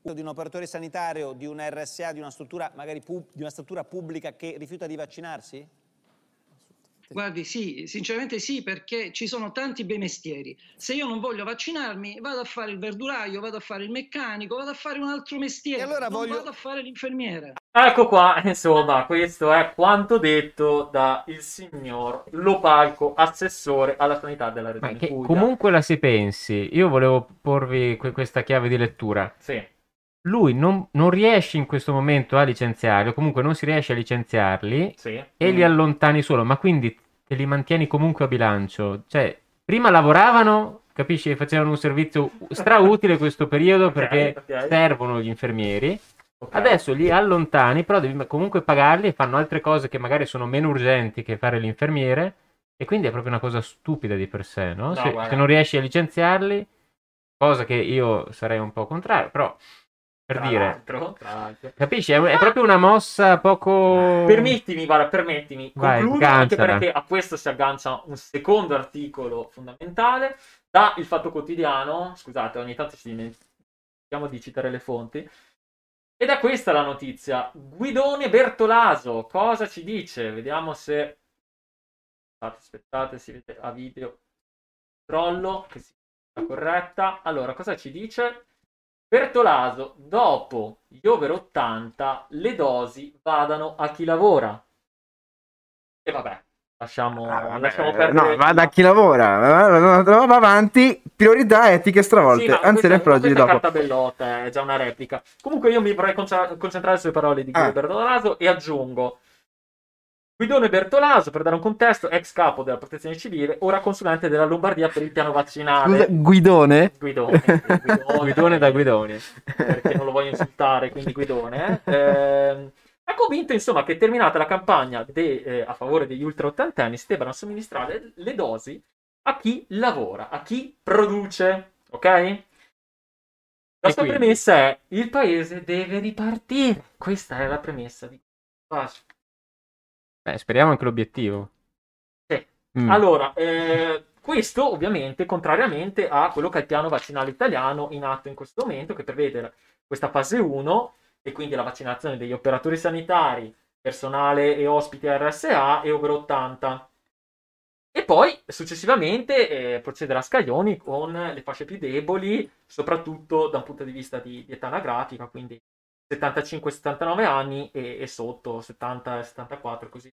di un operatore sanitario, di un R S A, di una struttura magari pub- di una struttura pubblica che rifiuta di vaccinarsi? Guardi, sì, sinceramente sì, perché ci sono tanti bei mestieri. Se io non voglio vaccinarmi, vado a fare il verduraio, vado a fare il meccanico, vado a fare un altro mestiere, E allora non voglio- vado a fare l'infermiere. Ecco qua, insomma, questo è quanto detto da il signor Lopalco, assessore alla sanità della Ma regione che Puglia. comunque la si pensi, io volevo porvi que- questa chiave di lettura. Sì, Lui non, non riesce in questo momento a licenziarli, o comunque non si riesce a licenziarli, sì. e li allontani solo, ma quindi te li mantieni comunque a bilancio. Cioè, prima lavoravano, capisci, facevano un servizio strautile questo periodo Ok, perché ok. servono gli infermieri. Ok. Adesso li allontani, però devi comunque pagarli e fanno altre cose che magari sono meno urgenti che fare l'infermiere, e quindi è proprio una cosa stupida di per sé, no? No, se, guarda. se non riesci a licenziarli, cosa che io sarei un po' contrario, però per Tra dire, l'altro, tra l'altro. capisci? È, è proprio una mossa poco... Permettimi, guarda, permettimi, Vai, concludo anche sganciala. perché a questo si aggancia un secondo articolo fondamentale da Il Fatto Quotidiano. Scusate, ogni tanto ci dimentichiamo di citare le fonti. Ed è questa la notizia. Guidone Bertolaso, cosa ci dice? Vediamo se... Aspettate, aspettate, si vede a video. Controllo, che sia corretta. Allora, cosa ci dice? Bertolaso, dopo gli over ottanta, le dosi vadano a chi lavora. E vabbè, lasciamo, Ah, vabbè, lasciamo eh, perdere. no, vada a chi lavora, va, va- va- va avanti, priorità etiche stravolte, Sì, ma anzi questa, le ma frogili questa è dopo. carta bellota, è già una replica. Comunque io mi vorrei concentra- concentrare sulle parole di Guido Ah. Bertolaso e aggiungo: Guidone Bertolaso, per dare un contesto, ex capo della protezione civile, ora consulente della Lombardia per il piano vaccinale. Scusa, Guidone? Guidone, sì, Guidone, Guidone da Guidoni. perché non lo voglio insultare, quindi Guidone. Eh. Ehm, è convinto, insomma, che terminata la campagna de- eh, a favore degli ultra ottantenni si debbano somministrare le dosi a chi lavora, a chi produce, ok? La E sua quindi? premessa è: il paese deve ripartire. Questa è la premessa di Pace. Beh, speriamo anche l'obiettivo. Sì. Mm. Allora, eh, questo ovviamente contrariamente a quello che è il piano vaccinale italiano in atto in questo momento, che prevede questa fase uno, e quindi la vaccinazione degli operatori sanitari, personale e ospiti R S A e over ottanta. E poi successivamente eh, procedere a scaglioni con le fasce più deboli, soprattutto da un punto di vista di, di età anagrafica, quindi settantacinque settantanove anni e, e sotto settanta settantaquattro, così.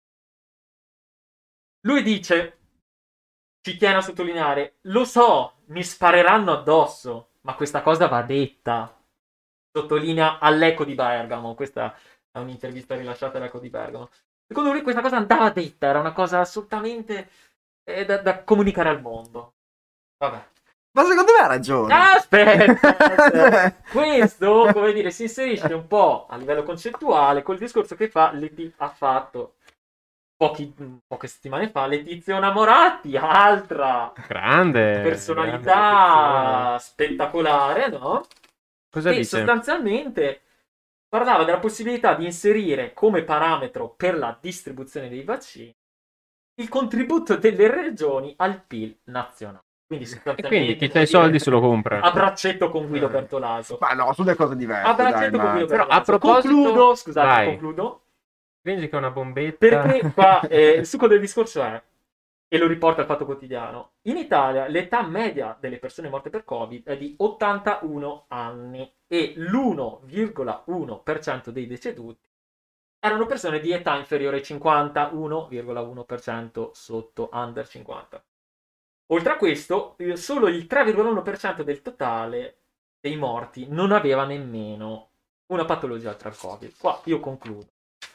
Lui dice, ci tiene a sottolineare: lo so, mi spareranno addosso, ma questa cosa va detta. Sottolinea all'Eco di Bergamo. Questa è un'intervista rilasciata all'Eco di Bergamo. Secondo lui questa cosa andava detta, era una cosa assolutamente eh, da, da comunicare al mondo. Vabbè. Ma secondo me ha ragione. Aspetta, aspetta. Questo, come dire, si inserisce un po' a livello concettuale col discorso che fa Leti- ha fatto pochi, poche settimane fa Letizia Moratti, altra Grande. personalità spettacolare, no? Cosa Che dice? sostanzialmente parlava della possibilità di inserire come parametro per la distribuzione dei vaccini il contributo delle regioni al P I L nazionale. Quindi E sostanzialmente quindi chi come ha i dire, soldi se lo compra. a braccetto con Guido Bertolaso. Ma no, sono due cose diverse. A dai, braccetto con ma- Guido Però, Bertolaso. a proposito- Concludo, scusate, Vai. concludo. Quindi che è una bombetta. Perché qua eh, il succo del discorso è, e lo riporta il Fatto Quotidiano, in Italia l'età media delle persone morte per Covid è di ottantuno anni e l'uno virgola uno per cento dei deceduti erano persone di età inferiore ai cinquanta, uno virgola uno per cento sotto under cinquanta. Oltre a questo, eh, solo il tre virgola uno per cento del totale dei morti non aveva nemmeno una patologia oltre al Covid. Qua io concludo.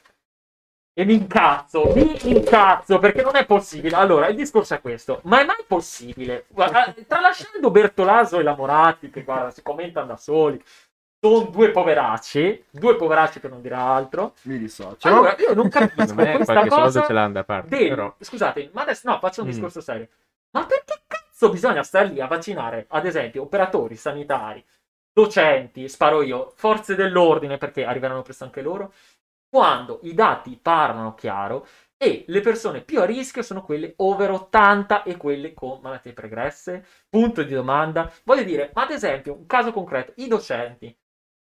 E mi incazzo, mi incazzo, perché non è possibile. Allora, il discorso è questo: ma è mai possibile? Guarda, tralasciando Bertolaso e la Moratti, che guarda, si commentano da soli, sono due poveracci, due poveracci per non dire altro. Mi dissocio. Allora, io non capisco Secondo me questa qualche soldo cosa ce l'hanno da parte. del- Però. Scusate, ma adesso no, faccio un Mm. discorso serio. Ma perché cazzo bisogna stare lì a vaccinare, ad esempio, operatori sanitari, docenti, sparo io, forze dell'ordine, perché arriveranno presto anche loro, quando i dati parlano chiaro e le persone più a rischio sono quelle over ottanta e quelle con malattie pregresse? Punto di domanda. Voglio dire, ma ad esempio, un caso concreto, i docenti.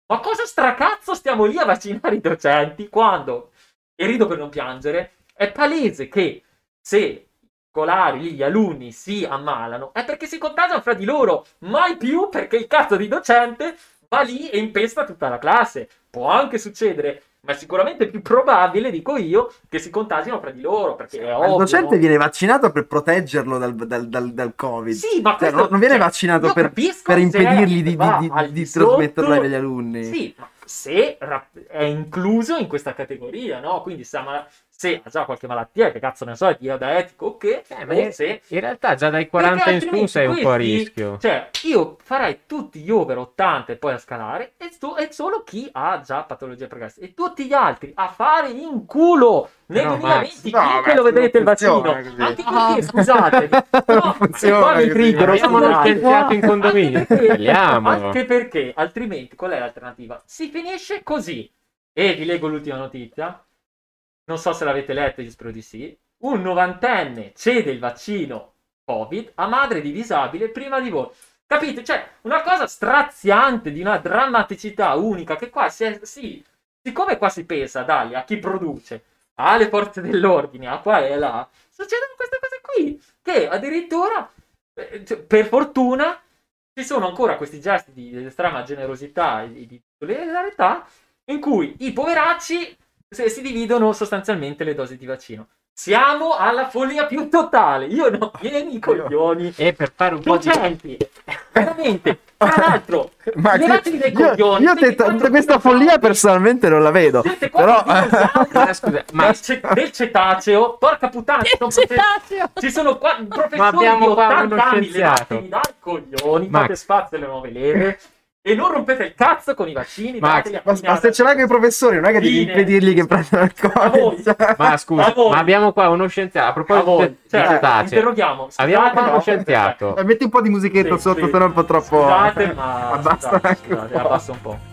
Ma cosa stracazzo stiamo lì a vaccinare i docenti quando, e rido per non piangere, è palese che se i scolari, lì, gli alunni si ammalano è perché si contagiano fra di loro, mai più perché il cazzo di docente va lì e impesta tutta la classe. Può anche succedere, ma è sicuramente più probabile, dico io, che si contagino fra di loro, perché è ovvio. Il docente no? viene vaccinato per proteggerlo dal, dal, dal, dal Covid. Sì, ma Cioè, questo- non, non viene cioè, vaccinato io per, capisco per se impedirgli di, va di, al di, di di trasmetterlo sotto- agli alunni. Sì, ma se ra- è incluso in questa categoria, no? Quindi se ha, mal- se ha già qualche malattia, che cazzo ne so, è diabetico, ok, Eh, ma o in, se... in realtà già dai quaranta in su Perché sei un po' a altrimenti rischio. questi- Cioè, io farei tutti gli over ottanta e poi a scalare, e, sto- e solo chi ha già patologie progresse. E tutti gli altri a fare in culo! Nel No, duemilaventicinque Max, no, Max, lo vedrete il non vaccino. funziona così. Anche perché, scusate, Non no, funziona qua mi così. triggero, Abbiamo uno scusate. scienziato in condominio, Anche perché- parliamo. Anche perché, altrimenti, qual è l'alternativa? Si finisce così. E vi leggo l'ultima notizia. Non so se l'avete letto, io spero di sì. Un novantenne cede il vaccino Covid a madre di disabile prima di voi. Capite? Cioè, una cosa straziante, di una drammaticità unica, che qua si è, sì, siccome qua si pensa, dai, a chi produce, alle forze dell'ordine, a qua e là, succedono queste cose qui, che addirittura, eh, cioè, per fortuna, ci sono ancora questi gesti di, di estrema generosità e di, di solidarietà, in cui i poveracci se- si dividono sostanzialmente le dosi di vaccino. Siamo alla follia più totale. Io non pieni i coglioni. E per fare un po' di... Docenti, veramente. Tra l'altro, Ma levatevi dai io, coglioni. io siete te- quattro tutta questa dinosauri. follia personalmente non la vedo. Siete Però quattro dinosauri. Ma scusa, ma- del, ce- del cetaceo, porca puttana, ci sono, profe- Cetaceo! ci sono qua professori Ma abbiamo di qua ottanta uno anni, scienziato. levatevi dai coglioni, Max. fate spazio alle nuove leve e non rompete il cazzo con i vaccini. Max, dateli a ma, chi ne ma ha se ce l'hai con i professori, non è che devi Fine. impedirgli che prendano il A voi. Covid. Cioè, Ma scusa, A voi. ma abbiamo qua uno scienziato. A A proposito voi, di cioè, cetacei, interroghiamo. abbiamo qua Scusate, uno no? scienziato. Eh, metti un po' di musichetta Sì, sotto, sì. se no è un po' troppo. Scusate, ma Abbassa scusate, anche un scusate, po'. abbassa un po'.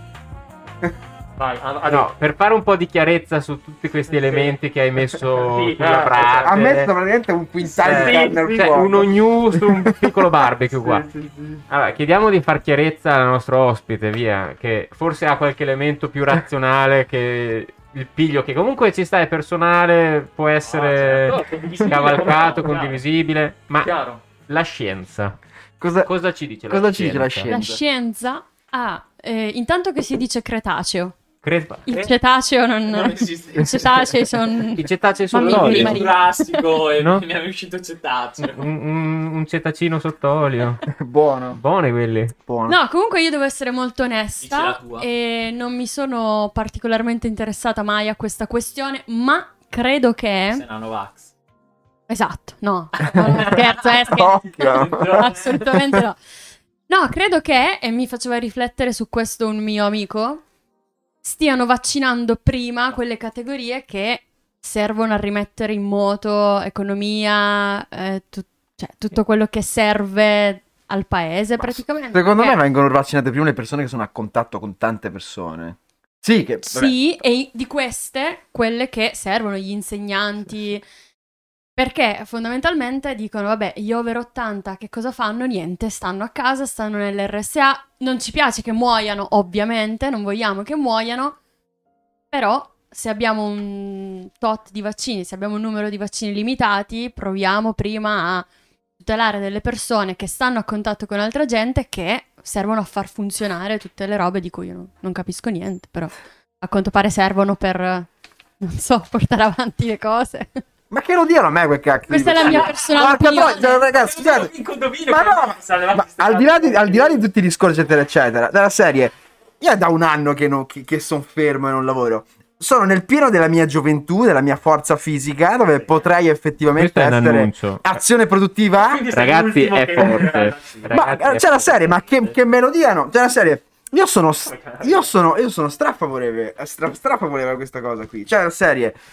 Vai, a- a- No, per fare un po' di chiarezza su tutti questi Sì. elementi che hai messo Sì, sulla eh, brace. Ha messo praticamente un quintale Sì, di carne al sì, Cioè, fuoco. un ognu su un piccolo barbecue qua. Sì, sì, sì. Allora, chiediamo di far chiarezza al nostro ospite, via, che forse ha qualche elemento più razionale che il piglio, che comunque ci sta, è personale, può essere Ah, certo, condivisibile, cavalcato, chiaro. condivisibile, ma Chiaro. la scienza, Cosa, cosa ci dice la cosa ci scienza? dice la La scienza? scienza ha, eh, intanto che si dice cretaceo. Cre- Il Eh? cetaceo non... Non esiste. I cetacei sono... I cetacei sono Mammiferi l'olio. marini. Giurassico e No? mi è uscito cetaceo. Un, un, un cetacino sott'olio. Buono, Buoni quelli. buono. No, comunque io devo essere molto Dici la onesta tua. e non mi sono particolarmente interessata mai a questa questione, ma credo che... Sei Nanovax. Esatto, no, no, scherzo, eh, scherzo. Occhio. Assolutamente no. No, credo che, e mi faceva riflettere su questo un mio amico, stiano vaccinando prima quelle categorie che servono a rimettere in moto economia, eh, tu- cioè tutto quello che serve al paese praticamente. Secondo me Eh, vengono vaccinate prima le persone che sono a contatto con tante persone. Sì, che vabbè, Sì, e di queste, quelle che servono, gli insegnanti, perché fondamentalmente dicono, vabbè, gli over ottanta che cosa fanno? Niente, stanno a casa, stanno nell'R S A, non ci piace che muoiano, ovviamente, non vogliamo che muoiano, però se abbiamo un tot di vaccini, se abbiamo un numero di vaccini limitati, proviamo prima a tutelare delle persone che stanno a contatto con altra gente che servono a far funzionare tutte le robe di cui io non, non capisco niente, però a quanto pare servono per, eh, non so, portare avanti le cose. ma che lo diano a me quel cacchio? Questa è la mia personale Porca opinione. troia, ragazzi, scusate. In condominio, Ma che no, si salva ma queste al di, là di, cazzo. al di là di tutti i discorsi eccetera eccetera, della serie, io è da un anno che, non, che, che sono fermo e non lavoro. Sono nel pieno della mia gioventù, della mia forza fisica, dove potrei effettivamente Questo è un essere annuncio. azione produttiva. Quindi sei Ragazzi, l'ultimo è che- forte. Ma Ragazzi, eh, è c'è la forte. serie, ma che, che me lo diano? C'è la serie. Io sono, s- io sono, io sono strafavorevole, stra, strafavorevole a questa cosa qui. C'è la serie.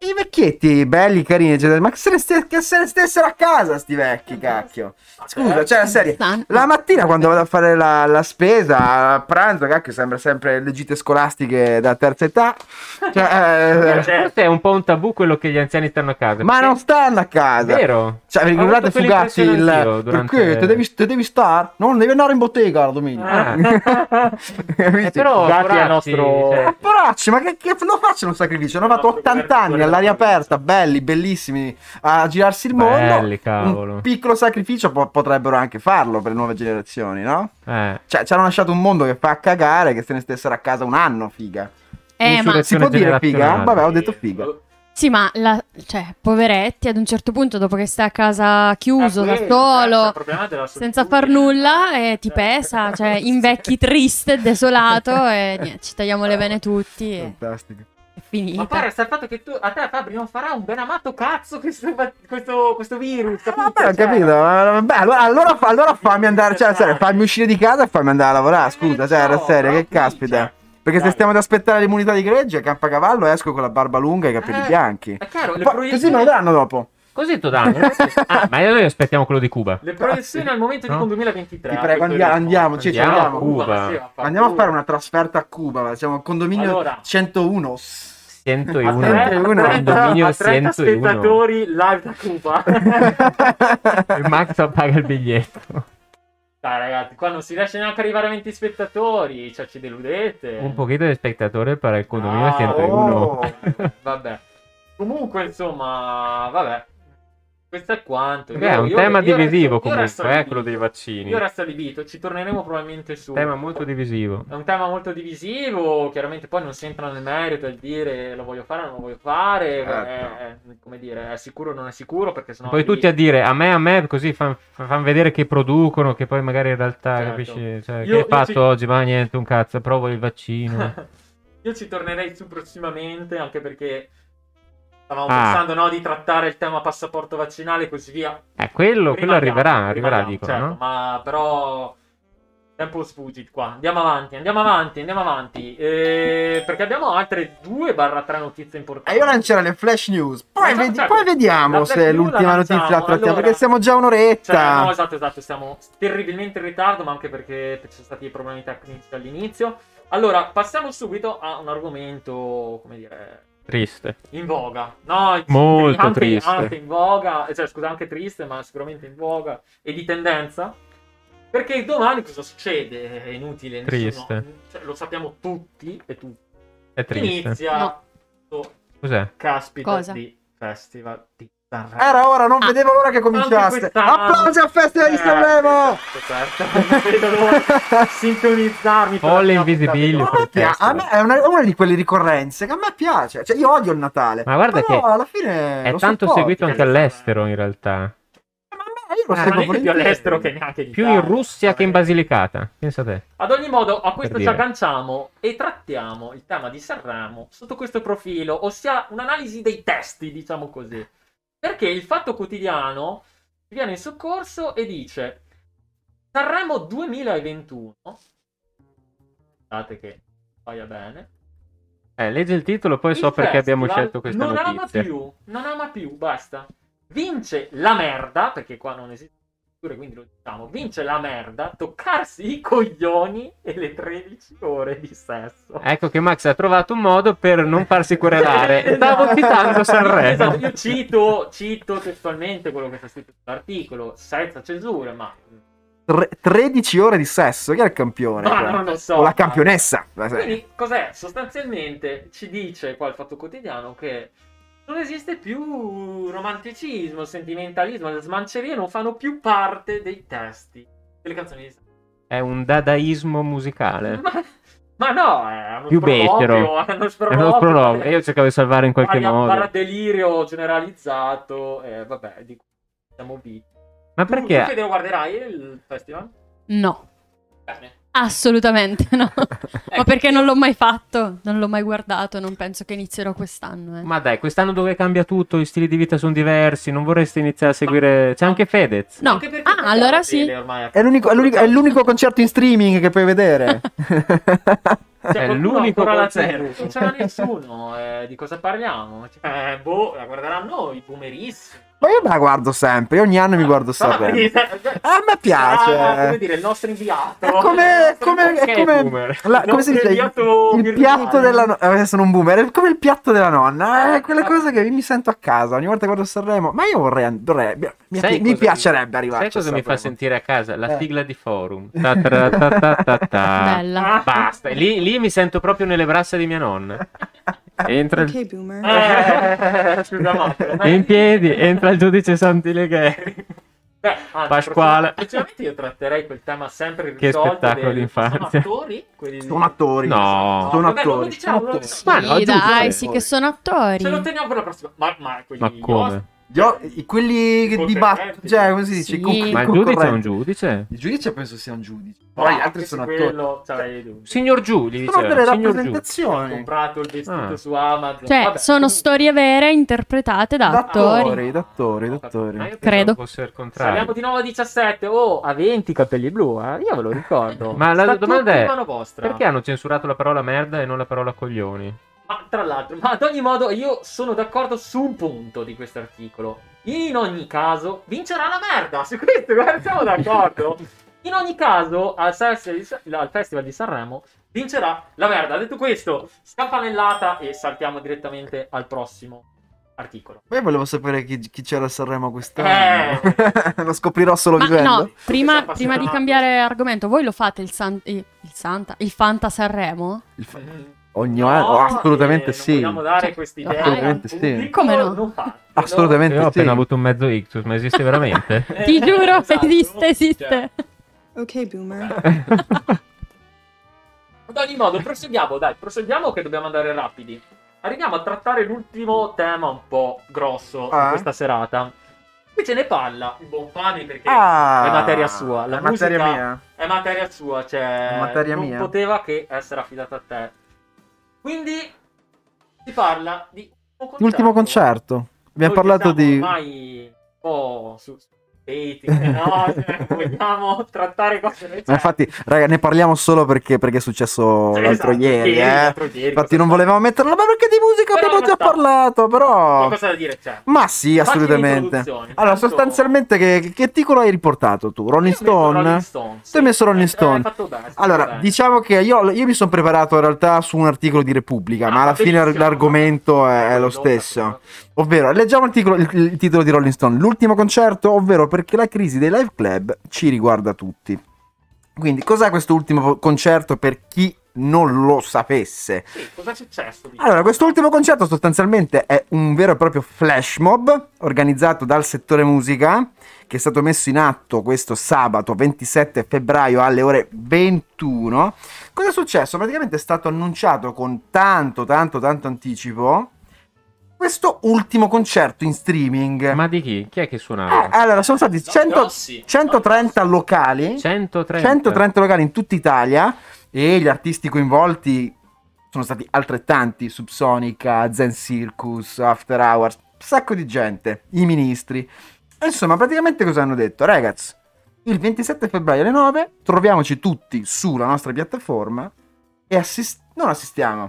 I vecchietti belli, carini, eccetera, ma che se, ne ste- che se ne stessero a casa sti vecchi, cacchio. Scusa, cioè la serie, la mattina quando vado a fare la, la spesa, a pranzo, cacchio, sembra sempre le gite scolastiche da terza età. Cioè, eh, Forse è un po' un tabù quello che gli anziani stanno a casa. ma perché- non stanno a casa. Vero? Cioè, vi Ho ricordate avuto Fugazzi? quell'impressione Il... anch'io durante- Perché? Te devi, te devi stare? Non devi andare in bottega la domenica. Ah. Capisci? Eh, però Fugazzi è poracci, nostro- cioè, Ma poracci, ma che, che lo facciano un sacrificio? Hanno fatto ottanta anni all'aria aperta, belli, bellissimi, a girarsi il mondo. Belli, cavolo. Un piccolo sacrificio po- potrebbero anche farlo per le nuove generazioni, no? eh. Cioè, ci hanno lasciato un mondo che fa cagare, che se ne stessero a casa un anno, figa. Eh, ma Si può dire figa? generazionale. Vabbè, ho detto figa. sì, ma la, cioè, poveretti, ad un certo punto, dopo che stai a casa chiuso, Eh, da quello, solo, cioè, il problema della senza solitudine. far nulla, e ti pesa, cioè, invecchi triste, desolato, e niente, ci tagliamo le vene tutti, e Fantastico. è finita. Ma pare sta il fatto che tu, a te Fabri non farà un ben amato cazzo questo, questo, questo virus, capito? Vabbè, ho Cioè, capito. ma- Vabbè, allora, allora, fa- allora fammi andare, cioè, serio, fammi uscire di casa e fammi andare a lavorare. Scusa, cioè, era no, serio, che però, caspita. cioè, Perché se dai. stiamo ad aspettare l'immunità di gregge, a Campacavallo esco con la barba lunga e i capelli Eh, bianchi. È chiaro, le Poi- proiezioni, così me lo danno dopo. Così tu danno. Ah, ma noi aspettiamo quello di Cuba. le proiezioni al momento No? dicono duemilaventitré. Ti prego, questo è andia- il andiamo, risposto. Ciccio, Andiamo a andiamo. Cuba. sì, ma fa Andiamo a Cuba. fare una trasferta a Cuba. va, Siamo al condominio Allora. centouno. centouno. A tre- centouno. a trenta Condominio a trenta centouno. spettatori live da Cuba. Il Max paga il biglietto. Dai ragazzi, qua non si riesce neanche a arrivare a venti spettatori, cioè ci deludete. Un pochino di spettatore per il condominio Ah, centouno. oh. Vabbè. Comunque, insomma, vabbè. Questo è quanto. Beh, è un Io- tema io divisivo resto- io resto comunque, eh, allibito. quello dei vaccini. Io resto allibito, ci torneremo probabilmente su. Tema molto divisivo. È un tema molto divisivo, chiaramente poi non si entra nel merito del dire lo voglio fare o non lo voglio fare, Certo. è, è- come dire, è sicuro o non è sicuro, perché sennò... Poi lì- tutti a dire a me, a me, così fanno fan vedere che producono, che poi magari in realtà, Certo. capisci? Cioè, Io- che io hai fatto ci- oggi? Ma niente, un cazzo, provo il vaccino. Io ci tornerei su prossimamente, anche perché stavamo Ah. pensando, no, di trattare il tema passaporto vaccinale e così via. Eh, quello, quello Rimaniamo, arriverà, arriverà, rimaniamo, dicono, certo, no? ma però tempo sfuggit qua. Andiamo avanti, andiamo avanti, andiamo avanti. Eh, perché abbiamo altre due barra tre notizie E importanti. io lancerò le flash news. Poi, Esatto, vedi- certo. poi vediamo La se flash news l'ultima la notizia la lanciamo. trattiamo. Allora- Perché siamo già un'oretta. Cioè, no, esatto, esatto, siamo terribilmente in ritardo, ma anche perché ci sono stati dei problemi tecnici all'inizio. Allora, passiamo subito a un argomento, come dire, Triste. in voga. No, Molto anche, triste. Anche in voga, cioè scusa, anche triste, ma sicuramente in voga e di tendenza. Perché domani cosa succede? È inutile, nessuno- Triste. cioè, lo sappiamo tutti e tutti. È triste. Inizia No. questo Cos'è? caspita Cosa? di festival di Sanremo. Era ora, non Ah. vedevo l'ora che Anche cominciasse. quest'anno. Applausi al Festival di Eh, Sanremo! certo, certo. Non vedo l'ora di sintonizzarmi. per Folle la invisibilio. capitale. Ma a me pia- a me è una, una di quelle ricorrenze che a me piace. Cioè, io odio il Natale. Ma guarda però che alla fine È lo tanto sopporto. seguito anche all'estero, in realtà. Ma a me io lo Eh, seguo veramente più volentieri. all'estero che neanche in Più Italia. in Russia che in Basilicata. Pensa te. Ad ogni modo, a questo Per ci dire. agganciamo e trattiamo il tema di Sanremo sotto questo profilo, ossia un'analisi dei testi, diciamo così. Perché il Fatto Quotidiano viene in soccorso e dice Sanremo duemilaventuno. Guardate che vaya bene. Eh, leggi il titolo, poi so Il perché abbiamo festival scelto questa non notizia. ama più, non ama più, basta. Vince la merda, perché qua non esiste, quindi lo diciamo. Vince la merda, toccarsi i coglioni e le tredici ore di sesso. Ecco che Max ha trovato un modo per non farsi querelare. Esatto. Stavo citando Sanremo. Esatto, io cito, cito testualmente quello che sta scritto sull'articolo, senza censure, ma... Tre- tredici ore di sesso. Chi è il campione? Ma qua? non lo so. O la campionessa. Quindi cos'è? Sostanzialmente ci dice qua il Fatto Quotidiano che non esiste più romanticismo, sentimentalismo, le smancerie non fanno più parte dei testi delle canzoni di È un dadaismo musicale. ma, ma no, è uno Più sproloquio, becero. è uno È uno sproloquio, sproloquio. Io cercavo di salvare in qualche barra- modo. barra delirio generalizzato, e vabbè, di cui siamo vitti. Ma Tu, tu perché? che lo guarderai il festival? No, Bene. assolutamente no. Ma Ecco, perché non l'ho mai fatto, non l'ho mai guardato, non penso che inizierò quest'anno. Eh. Ma dai, quest'anno dove cambia tutto, gli stili di vita sono diversi, non vorresti iniziare a seguire... C'è anche Fedez. No, anche perché ah, facciamo allora tele sì. ormai a- È l'unico, è l'unico- è l'unico concerto in streaming che puoi vedere. Cioè, È qualcuno l'unico ancora la concerto. tivù, non c'era nessuno, eh, di cosa parliamo? Cioè, boh, la guarderanno i boomerissimi. Ma io me la guardo sempre, ogni anno mi guardo Sanremo. A me piace. Ah, come dire, il nostro inviato. È come, è come, è Che come, boomer? la- come si dice? Il, Inviato il virtuale. piatto della nonna. Eh, sono un boomer. È come il piatto della nonna. È quelle cose che mi sento a casa ogni volta che guardo Sanremo. Ma io vorrei. vorrei mi, Sai mi cosa piacerebbe mi- arrivare. Sai cosa mi fa sentire a casa? La Eh. sigla di Forum. Ta ta ta ta ta ta. Bella. Basta. Lì, lì mi sento proprio nelle braccia di mia nonna. Entra il... Okay, boomer. Eh, scusa, Matteo. in piedi, entra il giudice Santilegheri. Beh, anzi, Pasquale. Sinceramente io tratterei quel tema sempre Che risolto spettacolo del- d'infanzia. Sono attori? Quelli di- Sono attori. No. Sono vabbè, non lo attori. diciamo, sono non lo attori. diciamo. Ma no, Sì, giusto, dai, eh. sì che sono attori. Ce lo teniamo per la prossima. Ma, ma, quelli Ma come? Io- i- quelli che Concorrenti. dibattono. Cioè, come si dice? Sì. I con- i Ma il giudice è un concorrenti. giudice? Il giudice penso sia un giudice. No, Però gli altri anche sono su attori. quello, c'avevi i dubbi. Signor Giù, gli Sono diceva. delle Signor Giù. Ho rappresentazioni. comprato il vestito Ah. su Amazon. Cioè, Vabbè, sono comunque, storie vere interpretate da attori. D'attori, d'attori, Ma d'attori. io pensavo Credo. fosse il Saliamo contrario. di nuovo a diciassette. Oh, ha venti capelli blu, eh? Io ve lo ricordo. Ma la Sta domanda tutto in è, mano vostra. perché hanno censurato la parola merda e non la parola coglioni? Ma tra l'altro, ma ad ogni modo io sono d'accordo su un punto di questo articolo. In ogni caso, vincerà la merda. Su questo, guarda, siamo d'accordo. In ogni caso, al Festival di, Sa- al Festival di Sanremo vincerà la merda. Detto questo, scampanellata e saltiamo direttamente al prossimo articolo. Ma io volevo sapere chi, chi c'era a Sanremo quest'anno. Eh. Lo scoprirò solo Ma vivendo. no, prima, Siamo prima di appassionati. cambiare argomento, voi lo fate il, San- il, il Santa, il Fanta Sanremo? Il fa- Ogni anno? Oh, assolutamente eh, sì. Non vogliamo dare Cioè, questa no, idea. assolutamente al sì. pubblico, Come no? non fatelo. Assolutamente Io ho sì. appena avuto un mezzo ictus, ma esiste veramente? Eh, Ti giuro, esatto. esiste, esiste. Okay, boomer. Ad ogni modo, proseguiamo, dai, proseguiamo che dobbiamo andare rapidi. Arriviamo a trattare l'ultimo tema un po' grosso Ah. di questa serata. Qui ce ne parla il buon Fabri perché Ah, è materia sua. La è materia musica mia. è materia sua, cioè È materia non mia. poteva che essere affidata a te. Quindi si parla di un concerto. L'ultimo concerto. Abbiamo Noi parlato che siamo di... ormai un po' su su dating, no? Cioè, vogliamo trattare cose recenti. Ma infatti, raga, ne parliamo solo perché, perché è successo Sì, l'altro esatto, ieri, ieri, eh. l'altro ieri, Infatti cosa non sta- volevamo metterlo, ma perché di musica Però abbiamo già sta- parlato, però... Qualcosa da dire c'è. Ma sì, Facci assolutamente. l'introduzione. Allora, Tanto- sostanzialmente, che, che articolo hai riportato tu? Rolling Io ho messo Stone? Rolling Stone, Tu hai messo Rolling Eh, Stone. hai fatto bene, hai fatto Allora, bene. diciamo che io, io mi sono preparato in realtà su un articolo di Repubblica, Ah, ma alla fine benissimo. l'argomento è, è lo Quello, stesso. capito. Ovvero, leggiamo il titolo, il, il titolo di Rolling Stone, l'ultimo concerto, ovvero perché la crisi dei live club ci riguarda tutti. Quindi, cos'è questo ultimo concerto per chi non lo sapesse? Sì, cosa è successo? Diciamo? Allora, quest'ultimo concerto sostanzialmente è un vero e proprio flash mob organizzato dal settore musica, che è stato messo in atto questo sabato ventisette febbraio alle ore ventuno. Cosa è successo? Praticamente è stato annunciato con tanto, tanto, tanto anticipo questo ultimo concerto in streaming. Ma di chi? Chi è che Eh, suonava? allora, sono stati No, cento grossi. centotrenta locali. centotrenta. centotrenta locali in tutta Italia e gli artisti coinvolti sono stati altrettanti: Subsonica, Zen Circus, After Hours, un sacco di gente, i ministri. E insomma, praticamente cosa hanno detto? Ragazzi, il ventisette febbraio alle nove troviamoci tutti sulla nostra piattaforma e assist- non assistiamo.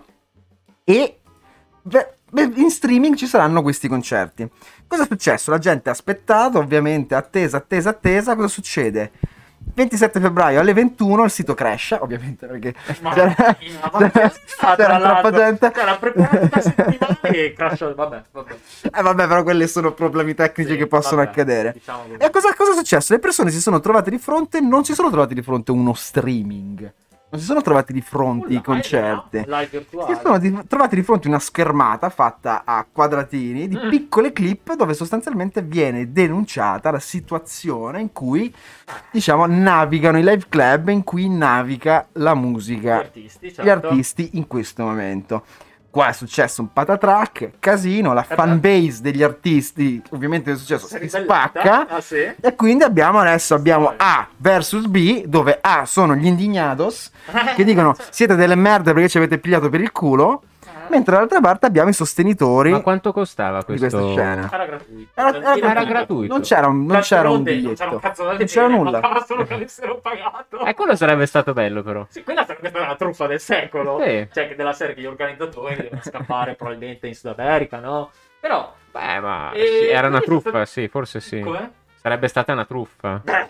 E beh, beh, in streaming ci saranno questi concerti. Cosa è successo? La gente ha aspettato, ovviamente, attesa, attesa, attesa. Cosa succede? ventisette febbraio alle ventuno il sito crasha, ovviamente, perché Ma- c'era, ma- c'era- Ah, c'era tra troppa l'altro, gente. C'era preparato da settimane e crashò. Vabbè, vabbè. Eh vabbè, però quelli sono problemi tecnici Sì, che possono vabbè, accadere. diciamo così. E cosa, cosa è successo? Le persone si sono trovate di fronte, non si sono trovate di fronte a uno streaming, non si sono trovati di fronte ai Live, concerti. no? Live virtuale. Si sono di- trovati di fronte a una schermata fatta a quadratini di Mm. piccole clip dove sostanzialmente viene denunciata la situazione in cui, diciamo, navigano i live club, in cui naviga la Gli musica, artisti, gli certo. artisti in questo momento. Qua è successo un patatrack, casino, la Eh beh. fanbase degli artisti, ovviamente è successo, Si è si ribellata. spacca. Ah, sì? E quindi abbiamo adesso abbiamo Poi. A versus B, dove A sono gli indignados che Eh, dicono certo. siete delle merde perché ci avete pigliato per il culo, mentre dall'altra parte abbiamo i sostenitori Ma quanto costava di questo? questa scena. Era gratuito. Era, era- Era Era gratuito. Non c'era un, non Cazzo, c'era un de- non biglietto. c'era un cazzo da Non vedere, c'era nulla. mancava solo che avessero pagato. Eh, quello sarebbe stato bello però. Sì, quella sarebbe stata la truffa del secolo. Sì. Cioè, che della serie che gli organizzatori devono scappare probabilmente in Sud America, no? Però... Beh, ma E sì, era una quindi è truffa, stato- sì, forse sì. Com'è? Sarebbe stata una truffa. Beh,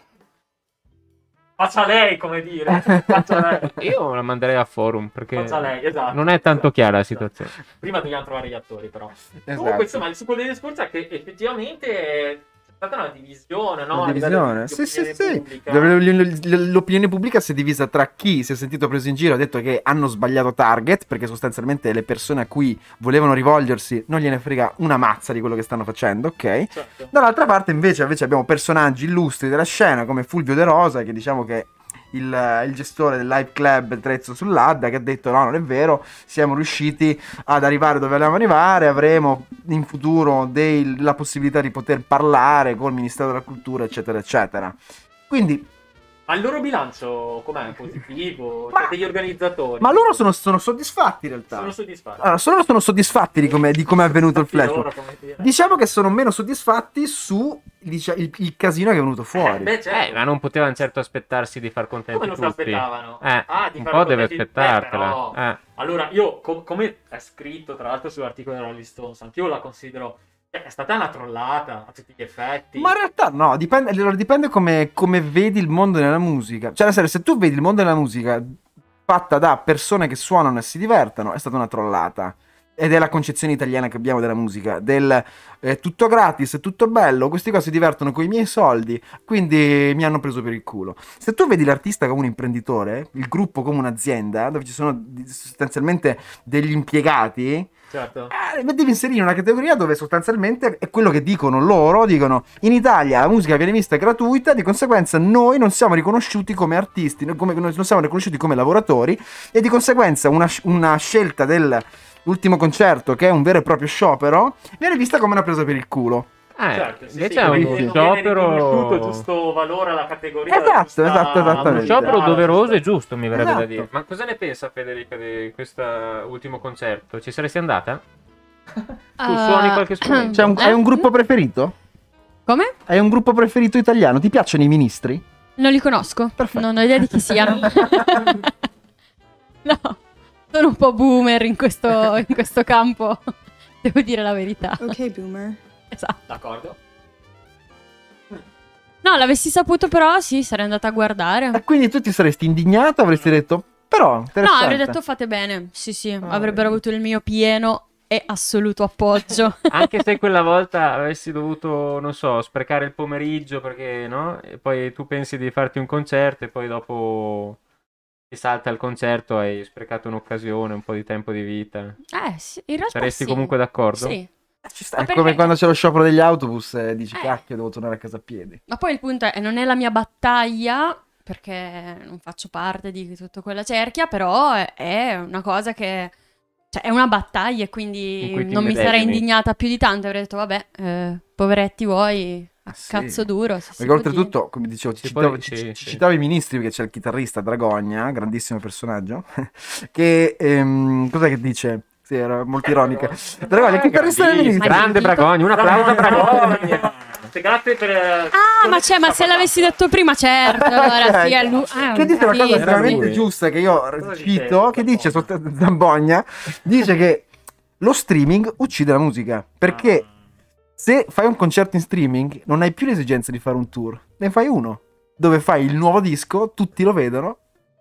faccia lei, come dire. Faccia lei. Io la manderei a forum perché Faccia lei, esatto. non è tanto Esatto, chiara la esatto. situazione. Prima dobbiamo trovare gli attori, però. Esatto. Comunque, insomma, il succo del discorso è che effettivamente c'è stata una divisione, no? Una A livello divisione. di Sì, sì, opinione sì. pubblica. Dove l- l- L'opinione pubblica si è divisa tra chi si è sentito preso in giro, ha detto che hanno sbagliato target, perché sostanzialmente le persone a cui volevano rivolgersi non gliene frega una mazza di quello che stanno facendo, ok? Certo. Dall'altra parte invece, invece abbiamo personaggi illustri della scena come Fulvio De Rosa, che diciamo che il, il gestore del live club Trezzo sull'Adda, che ha detto no, non è vero, siamo riusciti ad arrivare dove volevamo arrivare, avremo in futuro dei- la possibilità di poter parlare col Ministero della Cultura, eccetera, eccetera. Quindi, Ma il loro bilancio com'è? Positivo? Ma- Cioè, degli organizzatori? ma loro sono, sono soddisfatti in realtà. sono soddisfatti. Allora, solo sono soddisfatti di come di come è avvenuto il flash. Loro, come dire. Diciamo che sono meno soddisfatti su dicia- il, il casino che è venuto Eh, fuori. beh, certo. Eh, ma non potevano certo aspettarsi di far contenti Come non si tutti. aspettavano? Eh, Ah, di un fare po' deve contenti- aspettartela. Eh, però- Eh. Allora, io, com- come è scritto tra l'altro sull'articolo della Rolling Stones, anch'io la considero... cioè, è stata una trollata a tutti gli effetti. Ma in realtà no, dipende, allora, dipende come, come vedi il mondo nella musica. Cioè, nel senso, se tu vedi il mondo della musica fatta da persone che suonano e si divertono, è stata una trollata. Ed è la concezione italiana che abbiamo della musica, del è tutto gratis, è tutto bello, questi qua si divertono con i miei soldi, quindi mi hanno preso per il culo. Se tu vedi l'artista come un imprenditore, il gruppo come un'azienda, dove ci sono di- sostanzialmente degli impiegati, Certo. eh, devi inserire in una categoria dove sostanzialmente è quello che dicono loro, dicono in Italia la musica viene vista gratuita, di conseguenza noi non siamo riconosciuti come artisti, noi come- non siamo riconosciuti come lavoratori e di conseguenza una, una scelta dell'ultimo concerto, che è un vero e proprio sciopero, viene vista come una presa per il culo. Eh, Certo, sì, invece sì, è quindi uno non viene riconosciuto il sciopero. giusto valore alla categoria. Esatto, la giusta- esatto, esattamente. Uno sciopero Ah, doveroso giusto. e giusto, mi verrebbe da Esatto. dire. Ma cosa ne pensa Federica di questo ultimo concerto? Ci saresti andata? Tu Ah, suoni qualche strumento? C'è un- eh? hai un gruppo preferito? Come? Hai un gruppo preferito italiano? Ti piacciono i ministri? Non li conosco. Perfetto. Non ho idea di chi siano. No, sono un po' boomer in questo, in questo campo. Devo dire la verità. Okay, boomer. Esatto. D'accordo. No, l'avessi saputo però sì, sarei andata a guardare. E quindi tu ti saresti indignato, avresti detto, però, No, interessante. avrei detto fate bene. Sì, sì, avrebbero avuto il mio pieno e assoluto appoggio. Anche se quella volta avessi dovuto, non so, sprecare il pomeriggio perché, no? E poi tu pensi di farti un concerto e poi dopo ti salta il concerto e hai sprecato un'occasione, un po' di tempo di vita. Eh, sì, in realtà Saresti sì. comunque d'accordo? Sì. Ci sta. Ma È perché- come quando c'è lo sciopero degli autobus e dici, Eh. cacchio, devo tornare a casa a piedi. Ma poi il punto è, non è la mia battaglia, perché non faccio parte di tutta quella cerchia, però è, è una cosa che... Cioè, è una battaglia e In quindi cui ti non mi sarei immedesimi. indignata più di tanto. Avrei detto, vabbè, eh, poveretti voi, a Ah, sì. cazzo duro. se si Perché può oltretutto, come dicevo, ci Si può citavo, dire- ci- sì, ci sì. citavo i ministri perché c'è il chitarrista Dragogna, grandissimo personaggio, che, ehm, cos'è che dice? Sì, era molto ironica. Dragogna, il chitarrista dei ministri. Grande Bragogna, un applauso a Bragogna. Grazie per... Ah, ma c'è, ma se l'avessi detto prima, certo. Allora, sì, è lui. Ah, Che dice una sì, cosa sì. estremamente lui. giusta che io Cosa cito, dice? che dice sotto Zambogna, dice che lo streaming uccide la musica, perché se fai un concerto in streaming non hai più l'esigenza di fare un tour, ne fai uno, dove fai il nuovo disco, tutti lo vedono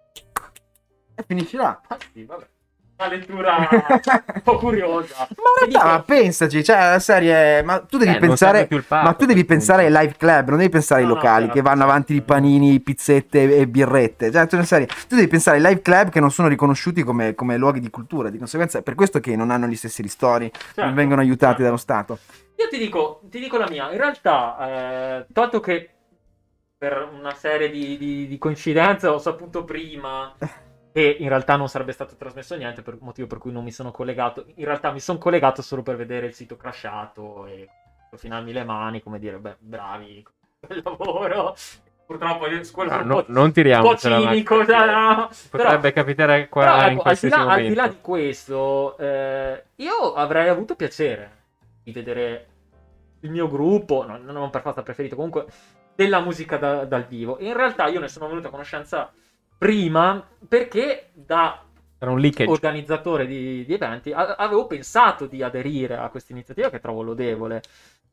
e finisci là. Ah, sì, vabbè. Una lettura un po' curiosa. Ma in realtà, ma pensaci, cioè la serie, ma tu devi Eh, non pensare, serve più il palco, ma tu devi a quel pensare ai punto. live club, non devi pensare ai No, no, locali certo, che vanno certo. avanti di panini, pizzette e birrette. Cioè, tu, in serie, tu devi pensare ai live club che non sono riconosciuti come, come luoghi di cultura. Di conseguenza, è per questo che non hanno gli stessi ristori, non Certo, vengono aiutati certo. dallo Stato. Io ti dico, ti dico la mia. In realtà, eh, tolto che per una serie di, di, di coincidenze ho saputo prima che in realtà non sarebbe stato trasmesso niente, per motivo per cui non mi sono collegato. In realtà mi sono collegato solo per vedere il sito crashato e rovinarmi le mani, come dire, beh, bravi, quel lavoro. purtroppo io su quello Ah, sono no, un po', non un po' tiriamocela, cinico, Max, cioè, no. potrebbe Però- capitare qua Però, in ecco, al, di qualsiasi là, al di là momento. di questo, eh, io avrei avuto piacere di vedere il mio gruppo, no, non per forza preferito, comunque della musica da- dal vivo. In realtà io ne sono venuto a conoscenza prima perché da Era un leakage. organizzatore di, di eventi a- avevo pensato di aderire a questa iniziativa che trovo lodevole.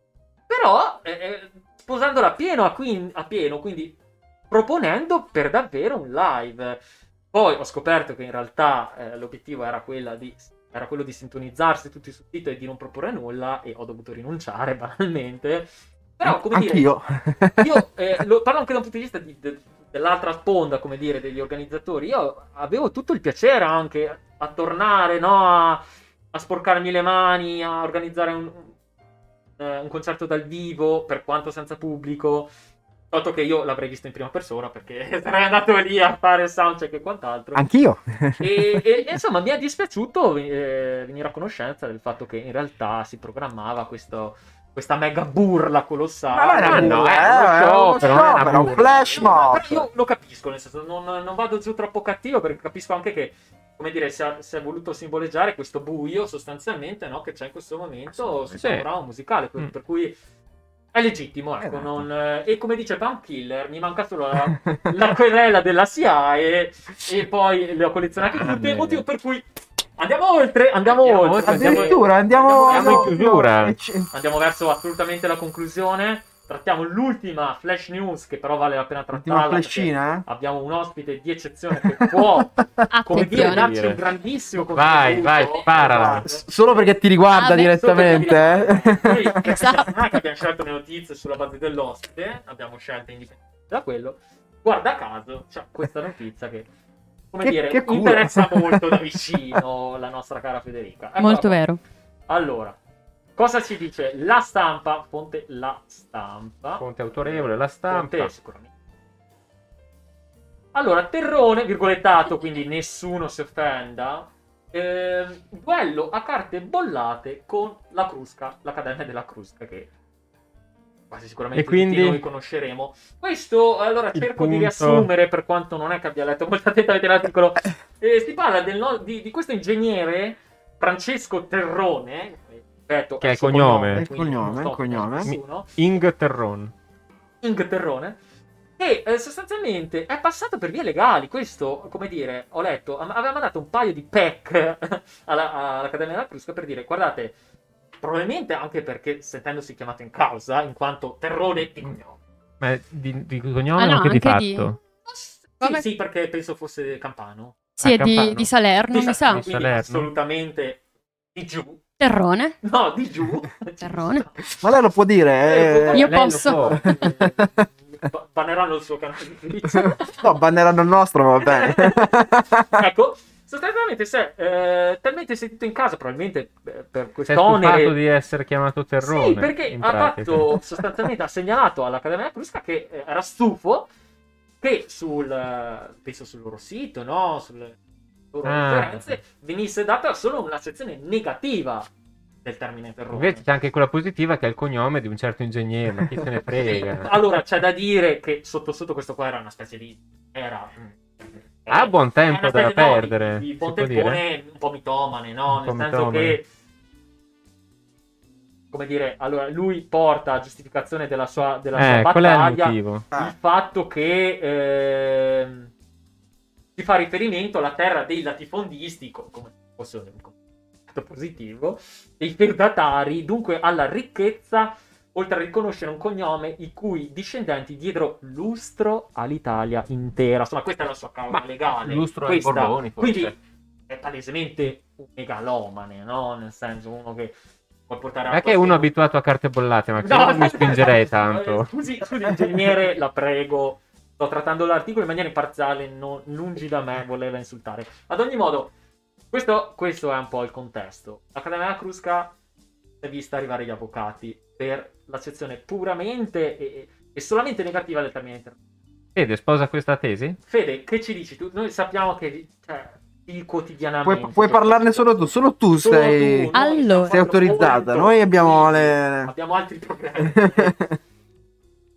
Però eh, eh, sposandola pieno a, qui- a pieno, quindi proponendo per davvero un live. Poi ho scoperto che in realtà eh, l'obiettivo era, quella di, era quello di sintonizzarsi tutti sul sito e di non proporre nulla, e ho dovuto rinunciare banalmente. Però, come Anch'io. dire, io eh, lo parlo anche da un punto di vista di- de- dell'altra sponda, come dire, degli organizzatori. Io avevo tutto il piacere anche a tornare, no, a, a sporcarmi le mani, a organizzare un, eh, un concerto dal vivo, per quanto senza pubblico. Dato che io l'avrei visto in prima persona, perché sarei andato lì a fare soundcheck e quant'altro. Anch'io. E, e- e, insomma, mi è dispiaciuto eh, venire a conoscenza del fatto che in realtà si programmava questo, questa mega burla colossale. Ma no, no, eh, è è uno uno show, però non è una sciopero, un burla. flash Eh, però mob. io lo capisco, nel senso, non, non vado giù troppo cattivo, perché capisco anche che, come dire, si è, si è voluto simboleggiare questo buio sostanzialmente, no, che c'è in questo momento sul Sì. panorama musicale, per, Mm. per cui è legittimo, ecco. Esatto. Non, eh, e come dice Punk Killer, mi manca solo la, la querela della C I A e, e poi le ho collezionate tutte, motivo per cui andiamo oltre, andiamo, Andiamo oltre, oltre, andiamo- Addirittura andiamo, andiamo in chiusura. andiamo verso assolutamente la conclusione. Trattiamo l'ultima flash news, che però vale la pena trattarla. Ultima perché flashina, eh? Abbiamo un ospite di eccezione che può, come dire, Attenzione. darci un grandissimo Vai, vai, contributo. sparala. S- Solo perché ti riguarda Ah, beh, direttamente, eh? Noi Esatto. non è che abbiamo scelto le notizie sulla base dell'ospite, abbiamo scelte indipendenti da quello. Guarda caso, c'è questa notizia che, come Che- dire, che culo. interessa molto da vicino la nostra cara Federica. Eccola Molto qua. vero. Allora, cosa ci dice La Stampa? Fonte La Stampa. Fonte autorevole, La Stampa. Fonte sicuramente. Allora, terrone, virgolettato, quindi nessuno si offenda. Ehm, duello a carte bollate con la Crusca, l'Accademia della Crusca, che quasi sicuramente E quindi- tutti noi conosceremo. Questo, allora, Il cerco di punto- riassumere, per quanto non è che abbia letto molto attentamente l'articolo. Eh, si parla del no- di, di questo ingegnere Francesco Terrone, ripeto, Che è il suo cognome. È il quindi non cognome, sto il cognome. offendendo nessuno. Ing Terron. Ing Terrone, che eh, sostanzialmente è passato per vie legali. Questo, come dire, ho letto, am- aveva mandato un paio di P E C alla- all'Accademia della Crusca per dire, guardate, probabilmente anche perché sentendosi chiamato in causa, in quanto Terrone di cognome. Ma di, di cognome Ah, no, o anche di anche di- fatto? Sì, Come- sì, perché penso fosse campano. Sì, Ah, è di, Campano. di Salerno, Di mi Sa- sa. quindi Salerno. assolutamente di giù. Terrone. No, di giù. Terrone. Ma lei lo può dire, eh? Io Lei lo posso. può. Ba- Banneranno il suo canale di Twitch. No, banneranno il nostro, ma va bene. Ecco, sostanzialmente si è eh, talmente sentito in casa, probabilmente eh, per Si è questo stufato onere. di essere chiamato Terrone. Sì, perché in ha pratica. fatto sostanzialmente ha segnalato all'Accademia Crusca che eh, era stufo che sul eh, penso sul loro sito, no, sulle loro Ah. referenze venisse data solo una sezione negativa del termine Terrone. Invece c'è anche quella positiva che è il cognome di un certo ingegnere, ma chi se ne frega. Allora, c'è da dire che sotto sotto questo qua era una specie di era Ha buon tempo è una da specie, no, perdere, di, di si buon può tempone un po' mitomane, no? Un Nel po' senso mitomane. che, come dire, allora lui porta a giustificazione della sua, della Eh, sua qual è il battaglia motivo? il fatto che ehm, si fa riferimento alla terra dei latifondisti, co- come se fosse un concetto positivo, dei feudatari, dunque alla ricchezza, oltre a riconoscere un cognome i cui discendenti diedero lustro all'Italia intera. Insomma, questa è la sua causa Ma legale. lustro ai Questa- Borboni, forse. Quindi è palesemente un megalomane, no? Nel senso, uno che può portare Non è acqua che uno sopra- abituato a carte bollate, ma che No, non mi spingerei eh, tanto. Scusi, scusi, ingegnere, la prego. Sto trattando l'articolo in maniera imparziale, non, lungi da me volerla insultare. Ad ogni modo, questo, questo è un po' il contesto. L'Accademia della Crusca si è vista arrivare gli avvocati per l'accezione puramente e, e solamente negativa del termine interno. Fede, sposa questa tesi? Fede, che ci dici tu? Noi sappiamo che cioè, il quotidianamente... Puoi, puoi parlarne solo tu, solo tu Solo sei, tu, noi Allora. sei autorizzata. Noi abbiamo le... Abbiamo altri problemi.